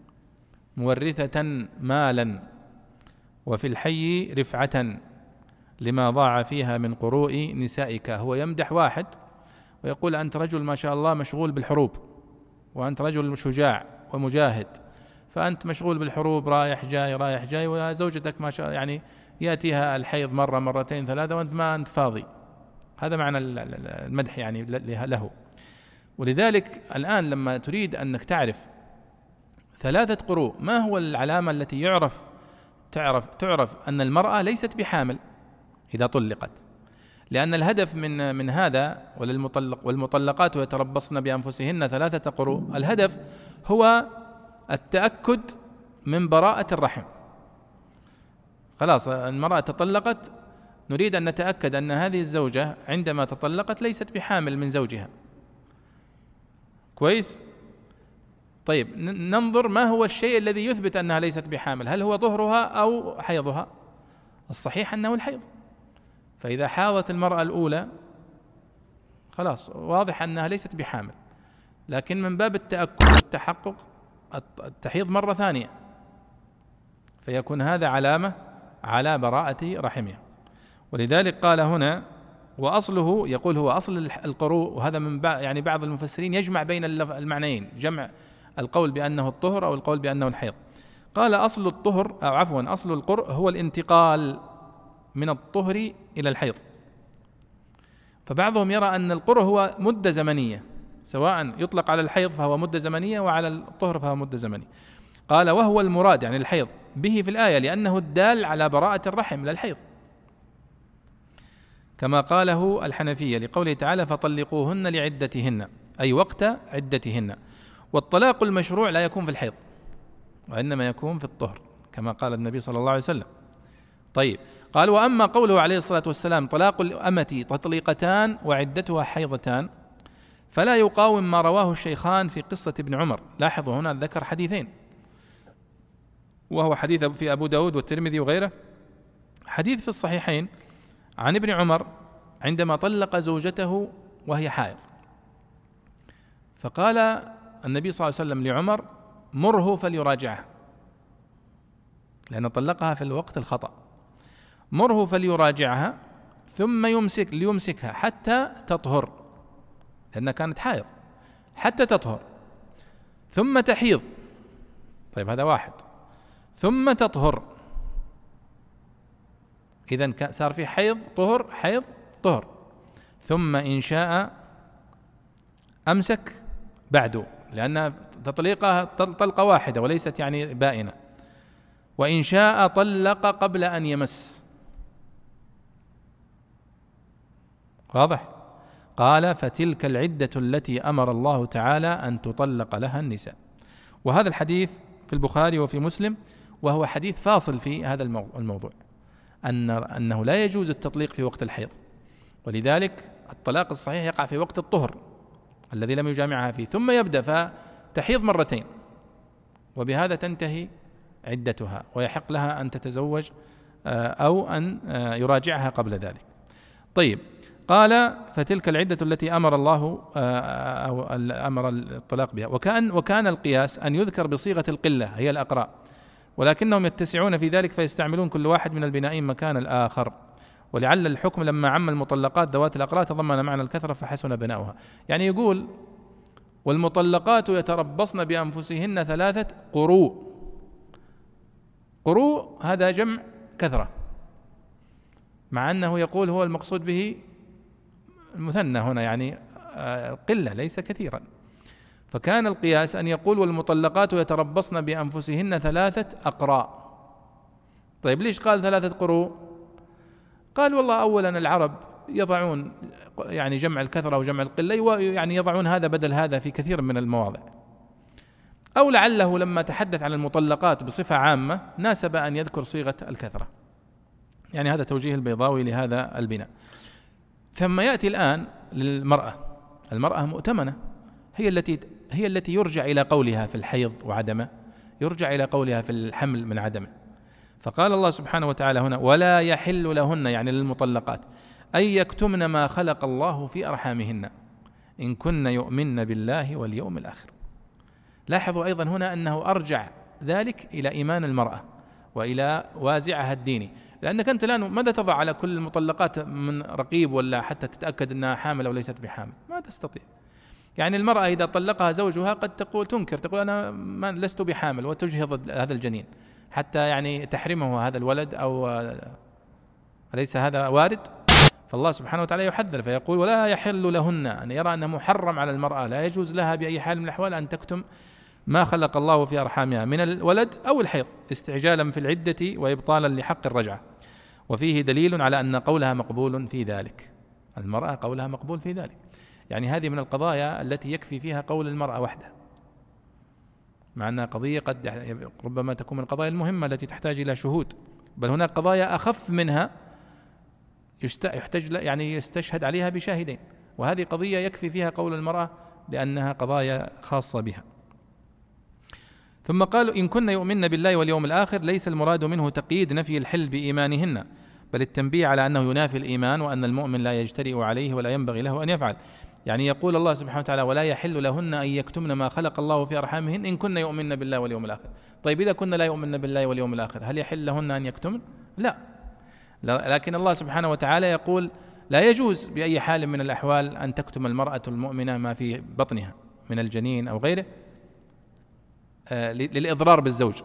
مورثة مالا وفي الحي رفعة لما ضاع فيها من قروء نسائك. هو يمدح واحد ويقول أنت رجل ما شاء الله مشغول بالحروب، وأنت رجل شجاع ومجاهد، فأنت مشغول بالحروب رايح جاي رايح جاي، وزوجتك ما شاء يعني يأتيها الحيض مرة مرتين ثلاثة وأنت ما أنت فاضي. هذا معنى المدح يعني له. ولذلك الآن لما تريد أنك تعرف ثلاثة قروء ما هو العلامة التي يعرف تعرف تعرف أن المرأة ليست بحامل إذا طلقت، لأن الهدف من من هذا وللمطلق والمطلقات يتربصن بأنفسهن ثلاثة قروء، الهدف هو التأكد من براءة الرحم. خلاص المرأة تطلقت، نريد أن نتأكد أن هذه الزوجة عندما تطلقت ليست بحامل من زوجها. كويس؟ طيب ننظر ما هو الشيء الذي يثبت أنها ليست بحامل، هل هو طهرها أو حيضها؟ الصحيح أنه الحيض. فإذا حاضت المرأة الأولى خلاص واضح أنها ليست بحامل، لكن من باب التأكد والتحقق التحيض مرة ثانية، فيكون هذا علامة على براءة رحمها. ولذلك قال هنا وأصله، يقول هو أصل القروء، وهذا من يعني بعض المفسرين يجمع بين المعنيين، جمع القول بأنه الطهر أو القول بأنه الحيض. قال أصل الطهر أو عفوا أصل القرء هو الانتقال من الطهر إلى الحيض. فبعضهم يرى أن القرء هو مدة زمنية، سواء يطلق على الحيض فهو مدة زمنية وعلى الطهر فهو مدة زمنية. قال وهو المراد يعني الحيض به في الآية لأنه الدال على براءة الرحم للحيض، كما قاله الحنفية لقوله تعالى فطلقوهن لعدتهن أي وقت عدتهن. والطلاق المشروع لا يكون في الحيض وإنما يكون في الطهر كما قال النبي صلى الله عليه وسلم. طيب، قال وأما قوله عليه الصلاة والسلام طلاق الأمة تطليقتان وعدتها حيضتان فلا يقاوم ما رواه الشيخان في قصة ابن عمر. لاحظوا هنا ذكر حديثين، وهو حديث في أبو داود والترمذي وغيره، حديث في الصحيحين عن ابن عمر عندما طلق زوجته وهي حائض، فقال النبي صلى الله عليه وسلم لعمر مره فليراجعها، لأنه طلقها في الوقت الخطأ، مره فليراجعها ثم يمسك ليمسكها حتى تطهر، لأنها كانت حائض، حتى تطهر ثم تحيض. طيب هذا واحد، ثم تطهر، إذن صار في حيض طهر حيض طهر، ثم إن شاء أمسك بعده، لأن تطليقها طلقة واحدة وليست يعني بائنة، وإن شاء طلق قبل أن يمس. واضح؟ قال فتلك العدة التي أمر الله تعالى أن تطلق لها النساء. وهذا الحديث في البخاري وفي مسلم، وهو حديث فاصل في هذا الموضوع، أن أنه لا يجوز التطليق في وقت الحيض، ولذلك الطلاق الصحيح يقع في وقت الطهر الذي لم يجامعها فيه، ثم يبدأ فتحيض مرتين، وبهذا تنتهي عدتها ويحق لها أن تتزوج أو أن يراجعها قبل ذلك. طيب، قال فتلك العدة التي أمر الله أو أمر الطلاق بها. وكان وكان القياس أن يذكر بصيغة القلة هي الأقراء، ولكنهم يتسعون في ذلك فيستعملون كل واحد من البنائين مكان الآخر، ولعل الحكم لما عم المطلقات ذوات الأقراء تضمن معنى الكثرة فحسن بناؤها. يعني يقول والمطلقات يتربصن بأنفسهن ثلاثة قروء. قروء هذا جمع كثرة، مع أنه يقول هو المقصود به المثنى هنا، يعني قلة ليس كثيرا. فكان القياس أن يقول والمطلقات يتربصن بأنفسهن ثلاثة أقراء. طيب ليش قال ثلاثة قروء؟ قال والله أولا العرب يضعون يعني جمع الكثرة وجمع القلة، يعني يضعون هذا بدل هذا في كثير من المواضع، أو لعله لما تحدث عن المطلقات بصفة عامة ناسب أن يذكر صيغة الكثرة. يعني هذا توجيه البيضاوي لهذا البناء. ثم يأتي الآن للمرأة. المرأة مؤتمنة، هي التي هي التي يرجع إلى قولها في الحيض وعدمه، يرجع إلى قولها في الحمل من عدمه. فقال الله سبحانه وتعالى هنا ولا يحل لهن يعني للمطلقات أن يكتمن ما خلق الله في أرحامهن إن كن يؤمن بالله واليوم الآخر. لاحظوا أيضا هنا أنه أرجع ذلك إلى إيمان المرأة وإلى وازعها الديني، لأنك أنت الآن ماذا تضع على كل المطلقات من رقيب ولا حتى تتأكد أنها حامل أو ليست بحامل؟ ما تستطيع. يعني المرأة إذا طلقها زوجها قد تقول تنكر، تقول أنا ما لست بحامل، وتجهض هذا الجنين حتى يعني تحرمه هذا الولد، أو أليس هذا وارد؟ فالله سبحانه وتعالى يحذر فيقول ولا يحل لهن، أن يرى أنه محرم على المرأة، لا يجوز لها بأي حال من الأحوال أن تكتم ما خلق الله في أرحامها من الولد أو الحيض استعجالا في العدة وإبطالا لحق الرجعة. وفيه دليل على أن قولها مقبول في ذلك، المرأة قولها مقبول في ذلك. يعني هذه من القضايا التي يكفي فيها قول المرأة وحده، مع أنها قضية قد ربما تكون من القضايا المهمة التي تحتاج إلى شهود، بل هناك قضايا أخف منها يحتاج يعني يستشهد عليها بشاهدين، وهذه قضية يكفي فيها قول المرأة لأنها قضايا خاصة بها. ثم قالوا إن كن يؤمن بالله واليوم الآخر، ليس المراد منه تقييد نفي الحل بإيمانهن، بل التنبيه على أنه ينافي الإيمان، وأن المؤمن لا يجترئ عليه ولا ينبغي له أن يفعل. يعني يقول الله سبحانه وتعالى ولا يحل لهن أن يكتمن ما خلق الله في أرحامهن إن كن يؤمن بالله واليوم الآخر. طيب إذا كنا لا يؤمن بالله واليوم الآخر هل يحل لهن أن يكتمن؟ لا. لكن الله سبحانه وتعالى يقول لا يجوز بأي حال من الأحوال أن تكتم المرأة المؤمنة ما في بطنها من الجنين أو غيره للإضرار بالزوج،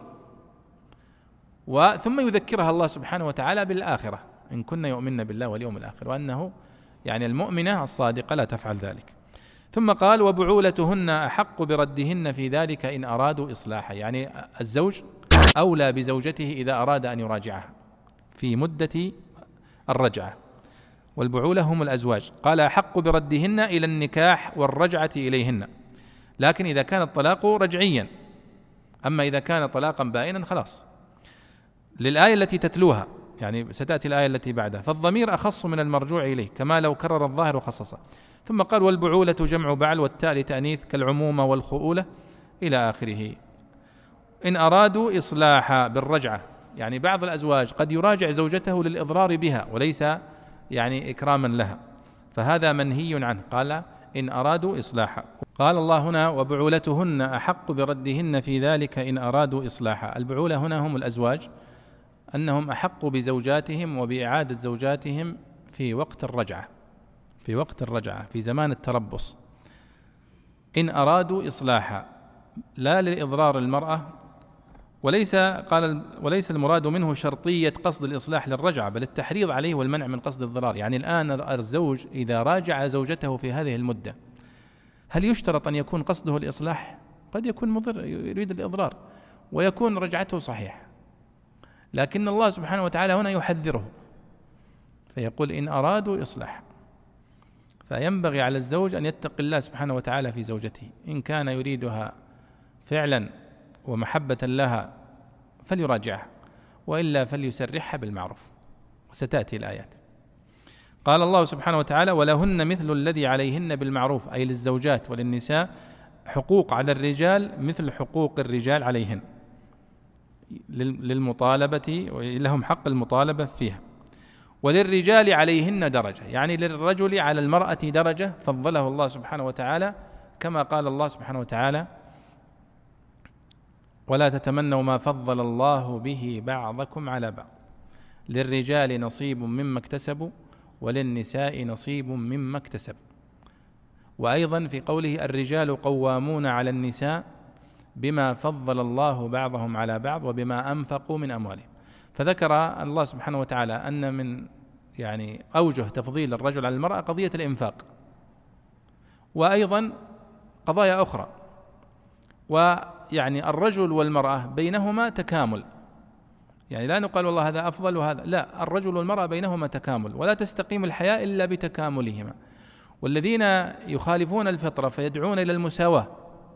وثم يذكرها الله سبحانه وتعالى بالآخرة إن كنا يؤمن بالله واليوم الآخر، وأنه يعني المؤمنة الصادقة لا تفعل ذلك. ثم قال وبعولتهن أحق بردهن في ذلك إن أرادوا إصلاحا، يعني الزوج أولى بزوجته إذا أراد أن يراجعها في مدة الرجعة، والبعولة هم الأزواج. قال أحق بردهن إلى النكاح والرجعة إليهن، لكن إذا كان الطلاق رجعيا، أما إذا كان طلاقا بائنا خلاص. للآية التي تتلوها، يعني ستأتي الآية التي بعدها، فالضمير أخص من المرجوع إليه كما لو كرر الظاهر وخصصه. ثم قال والبعولة جمع بعل والتاء لتأنيث كالعمومة والخؤولة إلى آخره. إن أرادوا إصلاحا بالرجعة، يعني بعض الأزواج قد يراجع زوجته للإضرار بها وليس يعني إكراما لها، فهذا منهي عنه. قال إن أرادوا إصلاحا. قال الله هنا وبعولتهن أحق بردهن في ذلك إن أرادوا إصلاحا. البعولة هنا هم الأزواج، أنهم أحق بزوجاتهم وبإعادة زوجاتهم في وقت الرجعة، في وقت الرجعة في زمان التربص. إن أرادوا إصلاحا، لا لإضرار المرأة، وليس قال وليس المراد منه شرطية قصد الإصلاح للرجعة، بل التحريض عليه والمنع من قصد الضرار. يعني الآن الزوج إذا راجع زوجته في هذه المدة، هل يشترط أن يكون قصده الإصلاح؟ قد يكون مضر يريد الإضرار ويكون رجعته صحيح، لكن الله سبحانه وتعالى هنا يحذره فيقول إن أرادوا إصلاح. فينبغي على الزوج أن يتقي الله سبحانه وتعالى في زوجته، إن كان يريدها فعلا ومحبة لها فليراجعها، وإلا فليسرحها بالمعروف، وستأتي الآيات. قال الله سبحانه وتعالى ولهن مثل الذي عليهن بالمعروف، أي للزوجات وللنساء حقوق على الرجال مثل حقوق الرجال عليهن، للمطالبة، لهم حق المطالبة فيها. وللرجال عليهن درجة، يعني للرجل على المرأة درجة فضله الله سبحانه وتعالى، كما قال الله سبحانه وتعالى ولا تتمنوا ما فضل الله به بعضكم على بعض، للرجال نصيب مما اكتسبوا وللنساء نصيب مما اكتسبوا. وأيضا في قوله الرجال قوامون على النساء بما فضل الله بعضهم على بعض وبما أنفقوا من أموالهم. فذكر الله سبحانه وتعالى أن من يعني أوجه تفضيل الرجل على المرأة قضية الإنفاق، وأيضا قضايا أخرى. ويعني الرجل والمرأة بينهما تكامل، يعني لا نقال والله هذا أفضل وهذا لا، الرجل والمرأة بينهما تكامل، ولا تستقيم الحياة إلا بتكاملهما. والذين يخالفون الفطرة فيدعون إلى المساواة،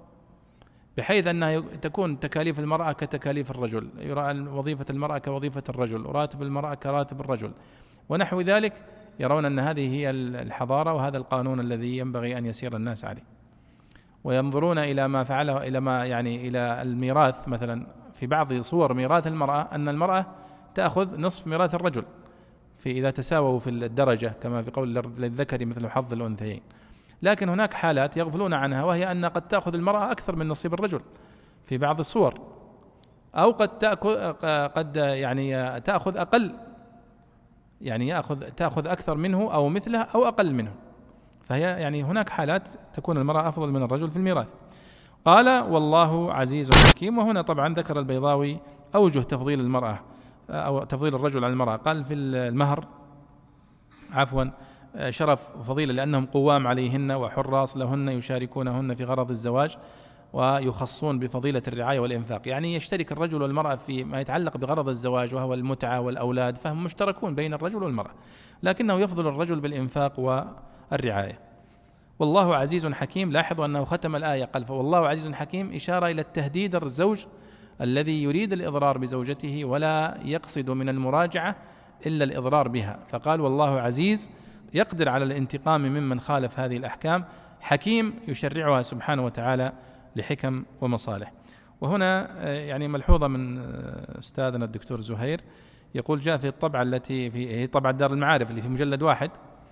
بحيث أنها تكون تكاليف المرأة كتكاليف الرجل، يرى وظيفة المرأة كوظيفة الرجل، وراتب المرأة كراتب الرجل، ونحو ذلك، يرون أن هذه هي الحضارة وهذا القانون الذي ينبغي أن يسير الناس عليه. وينظرون إلى ما فعله، إلى ما يعني إلى الميراث مثلا، في بعض صور ميراث المرأة أن المرأة تأخذ نصف ميراث الرجل في إذا تساووا في الدرجة، كما في قول للذكر مثل حظ الأنثيين. لكن هناك حالات يغفلون عنها، وهي أن قد تأخذ المرأة أكثر من نصيب الرجل في بعض الصور، أو قد تأخذ قد يعني تأخذ أقل، يعني يأخذ تأخذ أكثر منه أو مثله أو أقل منه. فهي يعني هناك حالات تكون المرأة أفضل من الرجل في الميراث. قال والله عزيز حكيم. وهنا طبعا ذكر البيضاوي أوجه تفضيل المرأة أو تفضيل الرجل على المرأة. قال في المهر عفوا شرف وفضيلة لأنهم قوام عليهن وحراس لهن يشاركونهن في غرض الزواج، ويخصون بفضيلة الرعاية والإنفاق. يعني يشترك الرجل والمرأة في ما يتعلق بغرض الزواج وهو المتعة والأولاد، فهم مشتركون بين الرجل والمرأة، لكنه يفضل الرجل بالإنفاق والرعاية. والله عزيز حكيم. لاحظوا أنه ختم الآية قال والله عزيز حكيم، إشارة إلى التهديد الزوج الذي يريد الإضرار بزوجته ولا يقصد من المراجعة إلا الإضرار بها، فقال والله عزيز يقدر على الانتقام ممن خالف هذه الأحكام، حكيم يشرعها سبحانه وتعالى لحكم ومصالح. وهنا يعني ملحوظة من أستاذنا الدكتور زهير، يقول جاء في الطبعة التي في هي طبعة دار المعارف اللي في مجلد واحد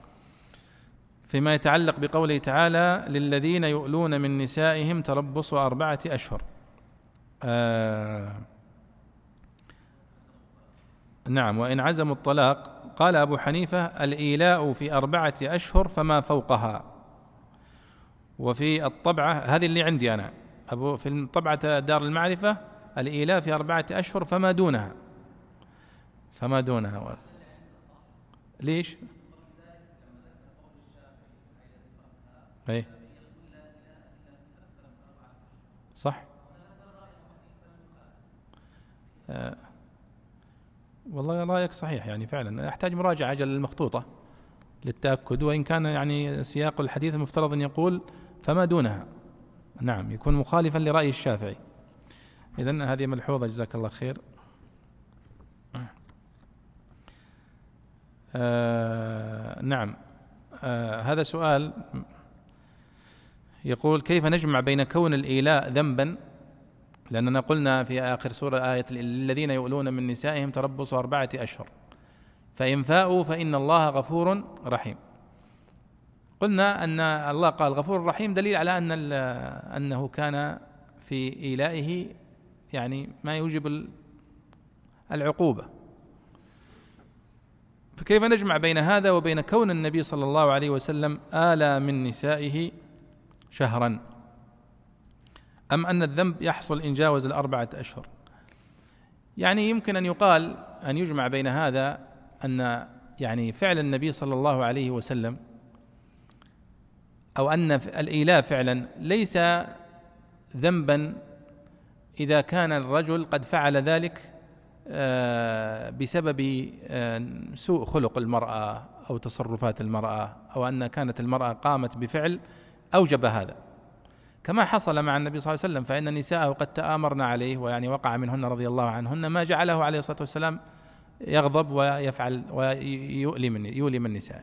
فيما يتعلق بقوله تعالى للذين يؤلون من نسائهم تربص أربعة أشهر. آه نعم. وإن عزموا الطلاق قال أبو حنيفة الإيلاء في أربعة أشهر فما فوقها. وفي الطبعة هذه اللي عندي أنا، أبو في طبعة دار المعرفة الإيلاء في أربعة أشهر فما دونها، فما دونها. ليش؟ أي صح. آه والله رأيك صحيح، يعني فعلا يحتاج مراجعة أجل المخطوطة للتأكد، وإن كان يعني سياق الحديث المفترض أن يقول فما دونها، نعم، يكون مخالفا لرأي الشافعي. إذن هذه ملحوظة، جزاك الله خير. آه نعم. آه هذا سؤال يقول: كيف نجمع بين كون الإيلاء ذنبا، لأننا قلنا في آخر سورة آية الذين يؤلون من نسائهم تربص أربعة أشهر فإن فاءوا فإن الله غفور رحيم. قلنا أن الله قال غفور رحيم دليل على أن أنه كان في إيلائه يعني ما يوجب العقوبة. فكيف نجمع بين هذا وبين كون النبي صلى الله عليه وسلم آلى من نسائه شهرا، أم أن الذنب يحصل إن جاوز الأربعة أشهر؟ يعني يمكن أن يقال أن يجمع بين هذا أن يعني فعل النبي صلى الله عليه وسلم، أو أن الإيلاء فعلا ليس ذنبا إذا كان الرجل قد فعل ذلك بسبب سوء خلق المرأة أو تصرفات المرأة، أو أن كانت المرأة قامت بفعل أوجب هذا، كما حصل مع النبي صلى الله عليه وسلم، فإن نساءه قد تآمرن عليه، ويعني وقع منهن رضي الله عنهن ما جعله عليه الصلاة والسلام يغضب ويفعل ويؤلي من يؤلي من نسائه.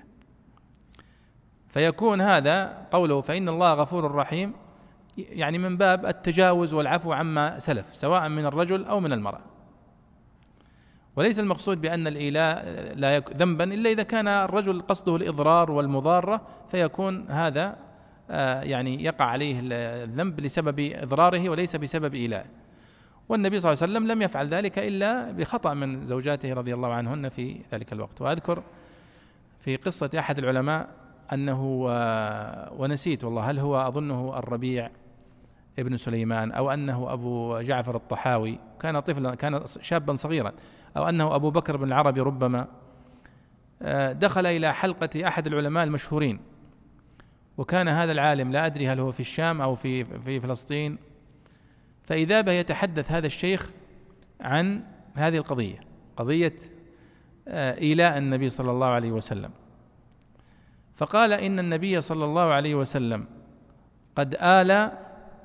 فيكون هذا قوله فإن الله غفور رحيم يعني من باب التجاوز والعفو عما سلف، سواء من الرجل أو من المرأة، وليس المقصود بأن الإيلاء لا ذنبا إلا إذا كان الرجل قصده الإضرار والمضارة، فيكون هذا يعني يقع عليه الذنب لسبب إضراره وليس بسبب إيلائه. والنبي صلى الله عليه وسلم لم يفعل ذلك إلا بخطأ من زوجاته رضي الله عنهن في ذلك الوقت. وأذكر في قصة أحد العلماء أنه، ونسيت والله هل هو أظنه الربيع ابن سليمان أو أنه أبو جعفر الطحاوي، كان طفلا كان شابا صغيرا، أو أنه أبو بكر بن العربي ربما، دخل إلى حلقة أحد العلماء المشهورين، وكان هذا العالم لا أدري هل هو في الشام أو في في فلسطين، فإذا به يتحدث هذا الشيخ عن هذه القضية، قضية إيلاء النبي صلى الله عليه وسلم، فقال إن النبي صلى الله عليه وسلم قد آل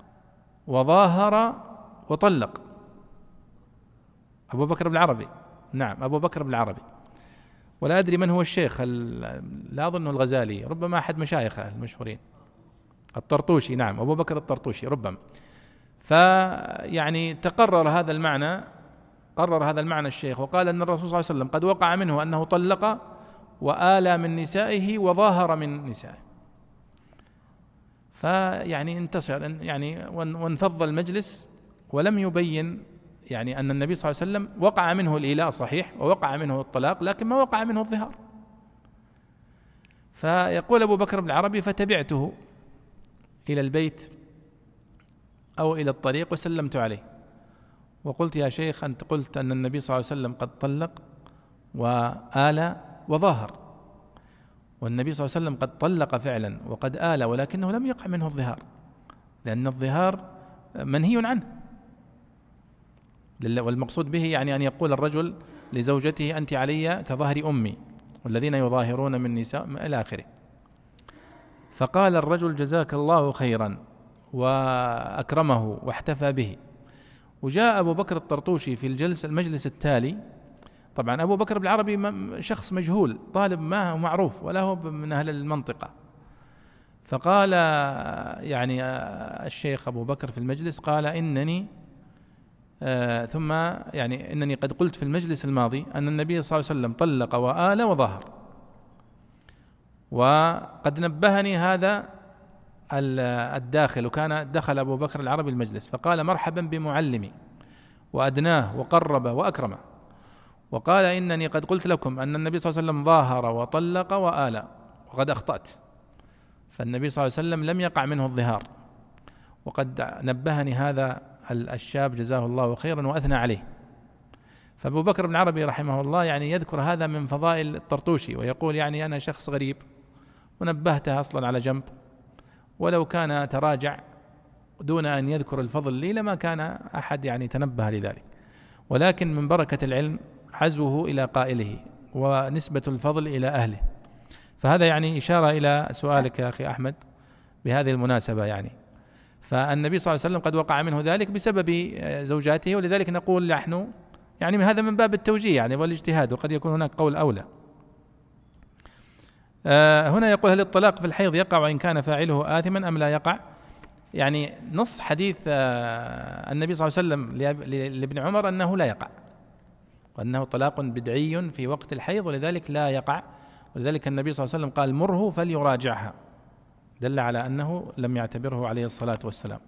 وظاهر وطلق. أبو بكر بن العربي، نعم أبو بكر بن العربي، ولا أدري من هو الشيخ، لا أظنه الغزالي، ربما أحد مشايخه المشهورين، الطرطوشي، نعم أبو بكر الطرطوشي ربما. فيعني تقرر هذا المعنى، قرر هذا المعنى الشيخ، وقال أن الرسول صلى الله عليه وسلم قد وقع منه أنه طلق وآلى من نسائه وظاهر من نسائه. فيعني انتصر يعني وانفض المجلس، ولم يبين يعني أن النبي صلى الله عليه وسلم وقع منه الإيلاء صحيح ووقع منه الطلاق، لكن ما وقع منه الظهار. فيقول أبو بكر بن العربي فتبعته إلى البيت أو إلى الطريق وسلمت عليه وقلت يا شيخ أنت قلت أن النبي صلى الله عليه وسلم قد طلق وآل وظاهر، والنبي صلى الله عليه وسلم قد طلق فعلا وقد آل، ولكنه لم يقع منه الظهار، لأن الظهار منهي عنه، والمقصود به يعني أن يقول الرجل لزوجته أنت علي كظهر أمي والذين يظاهرون من نساء إلى آخره. فقال الرجل جزاك الله خيرا وأكرمه واحتفى به. وجاء أبو بكر الطرطوشي في الجلسة المجلس التالي، طبعا أبو بكر بن العربي شخص مجهول، طالب ما هو معروف ولا هو من أهل المنطقة، فقال يعني الشيخ أبو بكر في المجلس قال إنني آه ثم يعني إنني قد قلت في المجلس الماضي أن النبي صلى الله عليه وسلم طلق وآل وظهر، وقد نبهني هذا الداخل، وكان دخل أبو بكر العربي المجلس فقال مرحبا بمعلمي وأدناه وقربه وأكرمه، وقال إنني قد قلت لكم أن النبي صلى الله عليه وسلم ظاهر وطلق وآل وقد أخطأت، فالنبي صلى الله عليه وسلم لم يقع منه الظهار، وقد نبهني هذا الشاب جزاه الله خيرا وأثنى عليه. فأبو بكر بن عربي رحمه الله يعني يذكر هذا من فضائل الطرطوشي، ويقول يعني أنا شخص غريب ونبهته أصلا على جنب، ولو كان تراجع دون أن يذكر الفضل لي لما كان أحد يعني تنبه لذلك، ولكن من بركة العلم حزوه إلى قائله ونسبة الفضل إلى أهله. فهذا يعني إشارة إلى سؤالك يا أخي أحمد بهذه المناسبة. يعني فالنبي صلى الله عليه وسلم قد وقع منه ذلك بسبب زوجاته، ولذلك نقول نحن يعني هذا من باب التوجيه يعني والاجتهاد، وقد يكون هناك قول أولى. آه هنا يقول: هل الطلاق في الحيض يقع وإن كان فاعله آثما أم لا يقع؟ يعني نص حديث آه النبي صلى الله عليه وسلم لابن عمر أنه لا يقع، وأنه طلاق بدعي في وقت الحيض ولذلك لا يقع، ولذلك النبي صلى الله عليه وسلم قال: مره فليراجعها، دل على أنه لم يعتبره عليه الصلاة والسلام.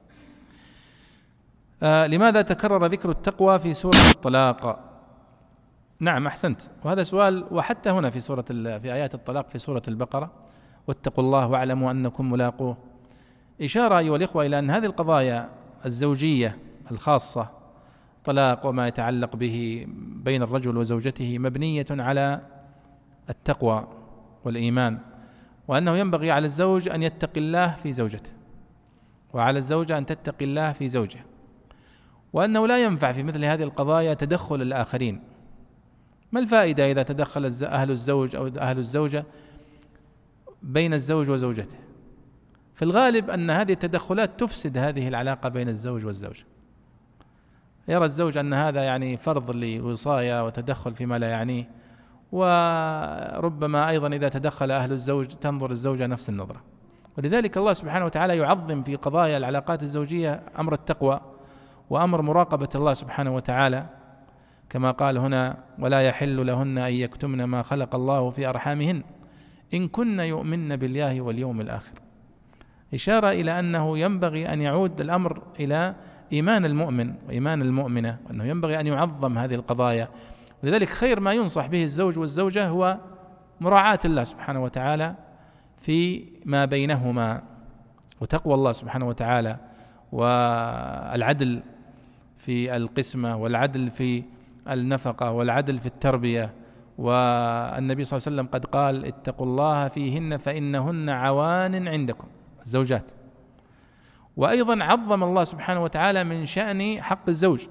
آه لماذا تكرر ذكر التقوى في سورة الطلاق؟ نعم أحسنت، وهذا سؤال، وحتى هنا في سورة في آيات الطلاق في سورة البقرة: واتقوا الله واعلموا أنكم ملاقوه. إشارة أيها الإخوة إلى أن هذه القضايا الزوجية الخاصة، طلاق وما يتعلق به بين الرجل وزوجته، مبنية على التقوى والإيمان، وأنه ينبغي على الزوج أن يتقي الله في زوجته، وعلى الزوجة أن تتقي الله في زوجها، وأنه لا ينفع في مثل هذه القضايا تدخل الآخرين. ما الفائدة إذا تدخل أهل الزوج أو أهل الزوجة بين الزوج وزوجته؟ في الغالب أن هذه التدخلات تفسد هذه العلاقة بين الزوج والزوجة. يرى الزوج أن هذا يعني فرض لوصاية وتدخل فيما لا يعنيه، وربما أيضا إذا تدخل أهل الزوج تنظر الزوجة نفس النظرة. ولذلك الله سبحانه وتعالى يعظم في قضايا العلاقات الزوجية أمر التقوى وأمر مراقبة الله سبحانه وتعالى، كما قال هنا: ولا يحل لهن أن يكتمن ما خلق الله في أرحامهن إن كن يؤمن بالله واليوم الآخر. إشارة إلى أنه ينبغي أن يعود الأمر إلى إيمان المؤمن وإيمان المؤمنة، وأنه ينبغي أن يعظم هذه القضايا. ولذلك خير ما ينصح به الزوج والزوجة هو مراعاة الله سبحانه وتعالى في ما بينهما، وتقوى الله سبحانه وتعالى، والعدل في القسمة، والعدل في النفقة، والعدل في التربية. والنبي صلى الله عليه وسلم قد قال: اتقوا الله فيهن فإنهن عوان عندكم، الزوجات. وأيضا عظم الله سبحانه وتعالى من شأن حق الزوج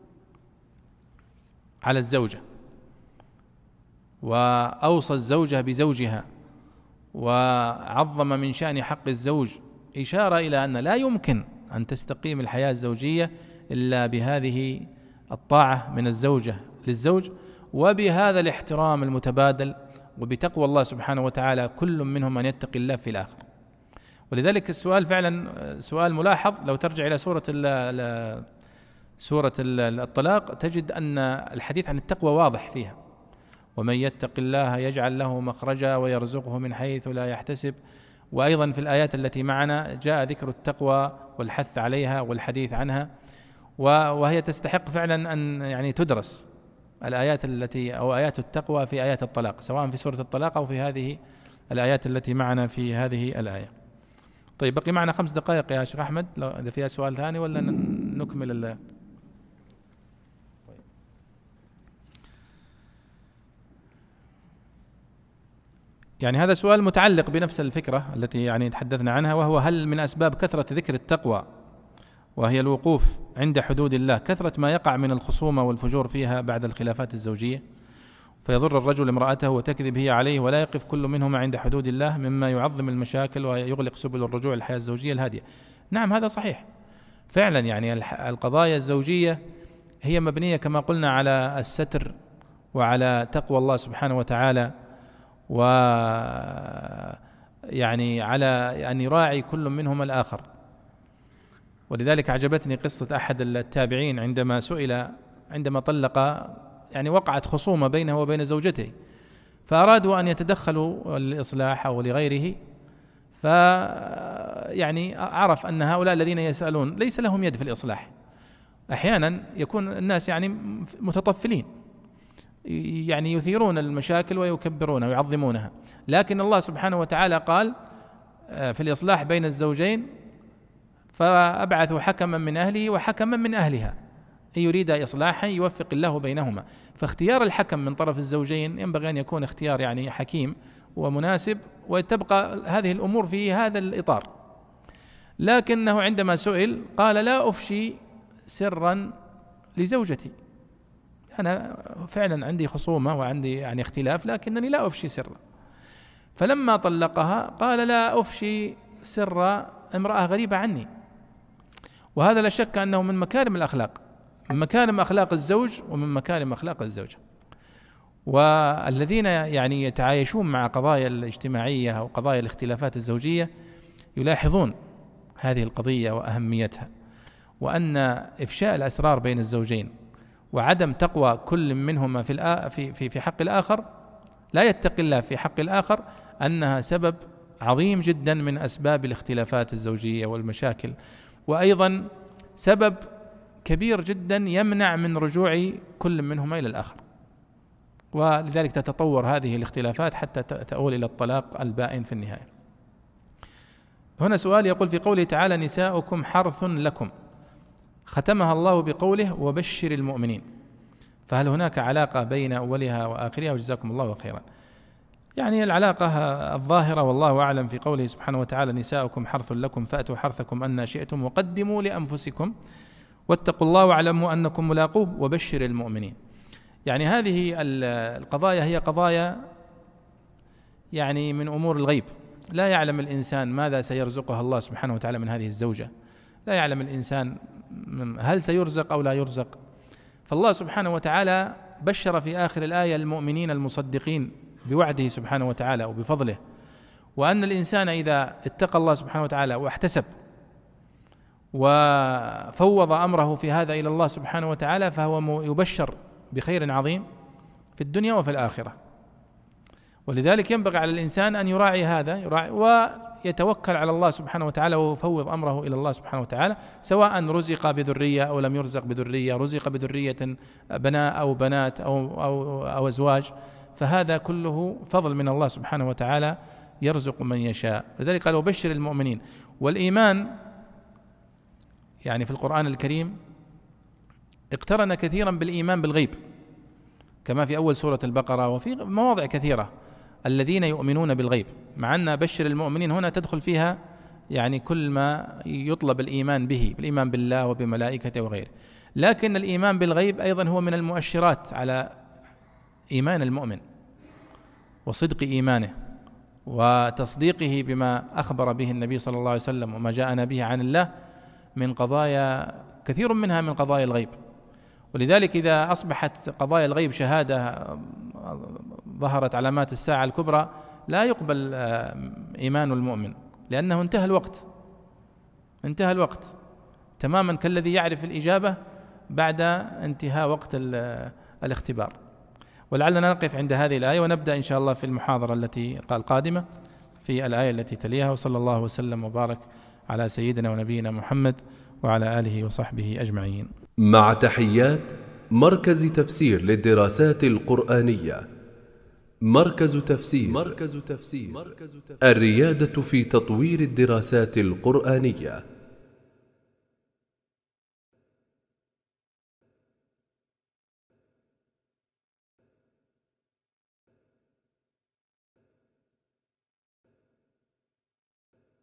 على الزوجة، وأوصى الزوجة بزوجها، وعظم من شأن حق الزوج، إشارة إلى أن لا يمكن أن تستقيم الحياة الزوجية إلا بهذه الطاعة من الزوجة للزوج، وبهذا الاحترام المتبادل، وبتقوى الله سبحانه وتعالى كل منهم أن يتقي الله في الآخر. ولذلك السؤال فعلا سؤال ملاحظ. لو ترجع إلى سورة ال سورة الطلاق تجد أن الحديث عن التقوى واضح فيها: ومن يتق الله يجعل له مخرجا ويرزقه من حيث لا يحتسب. وأيضا في الآيات التي معنا جاء ذكر التقوى والحث عليها والحديث عنها، وهي تستحق فعلا أن يعني تدرس الآيات التي أو آيات التقوى في آيات الطلاق، سواء في سورة الطلاق أو في هذه الآيات التي معنا في هذه الآية. طيب، بقي معنا خمس دقائق يا شيخ أحمد، لو إذا فيها سؤال ثاني ولا نكمل ال يعني هذا سؤال متعلق بنفس الفكرة التي يعني تحدثنا عنها، وهو: هل من أسباب كثرة ذكر التقوى وهي الوقوف عند حدود الله كثرة ما يقع من الخصومة والفجور فيها بعد الخلافات الزوجية، فيضر الرجل امرأته وتكذب هي عليه ولا يقف كل منهما عند حدود الله، مما يعظم المشاكل ويغلق سبل الرجوع للحياة الزوجية الهادية؟ نعم، هذا صحيح فعلا. يعني القضايا الزوجية هي مبنية كما قلنا على الستر وعلى تقوى الله سبحانه وتعالى، و يعني على أن يراعي كل منهما الآخر. ولذلك عجبتني قصة أحد التابعين عندما سئل عندما طلق، يعني وقعت خصومة بينه وبين زوجته، فأرادوا أن يتدخلوا للإصلاح أو لغيره، ف يعني عرف أن هؤلاء الذين يسألون ليس لهم يد في الإصلاح. أحيانا يكون الناس يعني متطفلين، يعني يثيرون المشاكل ويكبرونها ويعظمونها، لكن الله سبحانه وتعالى قال في الإصلاح بين الزوجين: فأبعثوا حكما من أهله وحكما من أهلها إن يريد إصلاحا يوفق الله بينهما. فاختيار الحكم من طرف الزوجين ينبغي أن يكون اختيار يعني حكيم ومناسب، وتبقى هذه الأمور في هذا الإطار. لكنه عندما سئل قال: لا أفشي سرا لزوجتي، أنا فعلا عندي خصومة وعندي يعني اختلاف، لكنني لا أفشي سرا. فلما طلقها قال: لا أفشي سر امرأة غريبة عني. وهذا لا شك أنه من مكارم الأخلاق، من مكارم أخلاق الزوج ومن مكارم أخلاق الزوجة. والذين يعني يتعايشون مع قضايا الاجتماعية أو قضايا الاختلافات الزوجية يلاحظون هذه القضية وأهميتها، وأن إفشاء الأسرار بين الزوجين وعدم تقوى كل منهما في في في حق الآخر، لا يتقي الله في حق الآخر، أنها سبب عظيم جدا من أسباب الاختلافات الزوجية والمشاكل، وأيضا سبب كبير جدا يمنع من رجوع كل منهما إلى الآخر، ولذلك تتطور هذه الاختلافات حتى تؤول إلى الطلاق البائن في النهاية. هنا سؤال يقول: في قوله تعالى: نساؤكم حرث لكم، ختمها الله بقوله: وبشر المؤمنين، فهل هناك علاقة بين أولها وآخرها؟ وجزاكم الله خيرا. يعني العلاقة الظاهرة والله أعلم في قوله سبحانه وتعالى: نساؤكم حرث لكم فأتوا حرثكم أن شئتم وقدموا لأنفسكم واتقوا الله واعلموا أنكم ملاقوه وبشر المؤمنين. يعني هذه القضايا هي قضايا يعني من أمور الغيب، لا يعلم الإنسان ماذا سيرزقها الله سبحانه وتعالى من هذه الزوجة، لا يعلم الإنسان هل سيرزق أو لا يرزق. فالله سبحانه وتعالى بشر في آخر الآية المؤمنين المصدقين بوعده سبحانه وتعالى وبفضله، وأن الإنسان إذا اتقى الله سبحانه وتعالى واحتسب وفوض أمره في هذا إلى الله سبحانه وتعالى فهو يبشر بخير عظيم في الدنيا وفي الآخرة. ولذلك ينبغي على الإنسان أن يراعي هذا، يراعي ويتوكل على الله سبحانه وتعالى ويفوض أمره إلى الله سبحانه وتعالى، سواء رزق بذرية أو لم يرزق بذرية، رزق بذرية بناء أو بنات أو, أو, أو أزواج، فهذا كله فضل من الله سبحانه وتعالى يرزق من يشاء. لذلك قال: وبشر المؤمنين. والإيمان يعني في القرآن الكريم اقترن كثيرا بالإيمان بالغيب، كما في أول سورة البقرة وفي مواضع كثيرة: الذين يؤمنون بالغيب، مع أن بشر المؤمنين هنا تدخل فيها يعني كل ما يطلب الإيمان به، بالإيمان بالله وبملائكته وغيره. لكن الإيمان بالغيب أيضا هو من المؤشرات على إيمان المؤمن وصدق إيمانه وتصديقه بما أخبر به النبي صلى الله عليه وسلم وما جاءنا به عن الله من قضايا كثير منها من قضايا الغيب. ولذلك إذا أصبحت قضايا الغيب شهادة، ظهرت علامات الساعة الكبرى، لا يقبل إيمان المؤمن، لأنه انتهى الوقت، انتهى الوقت تماما كالذي يعرف الإجابة بعد انتهاء وقت الاختبار. ولعلنا نقف عند هذه الآية ونبدأ إن شاء الله في المحاضرة التي القادمة في الآية التي تليها. وصلى الله وسلم وبارك على سيدنا ونبينا محمد وعلى آله وصحبه أجمعين.
مع تحيات مركز تفسير للدراسات القرآنية. مركز تفسير. مركز تفسير. الريادة في تطوير الدراسات القرآنية.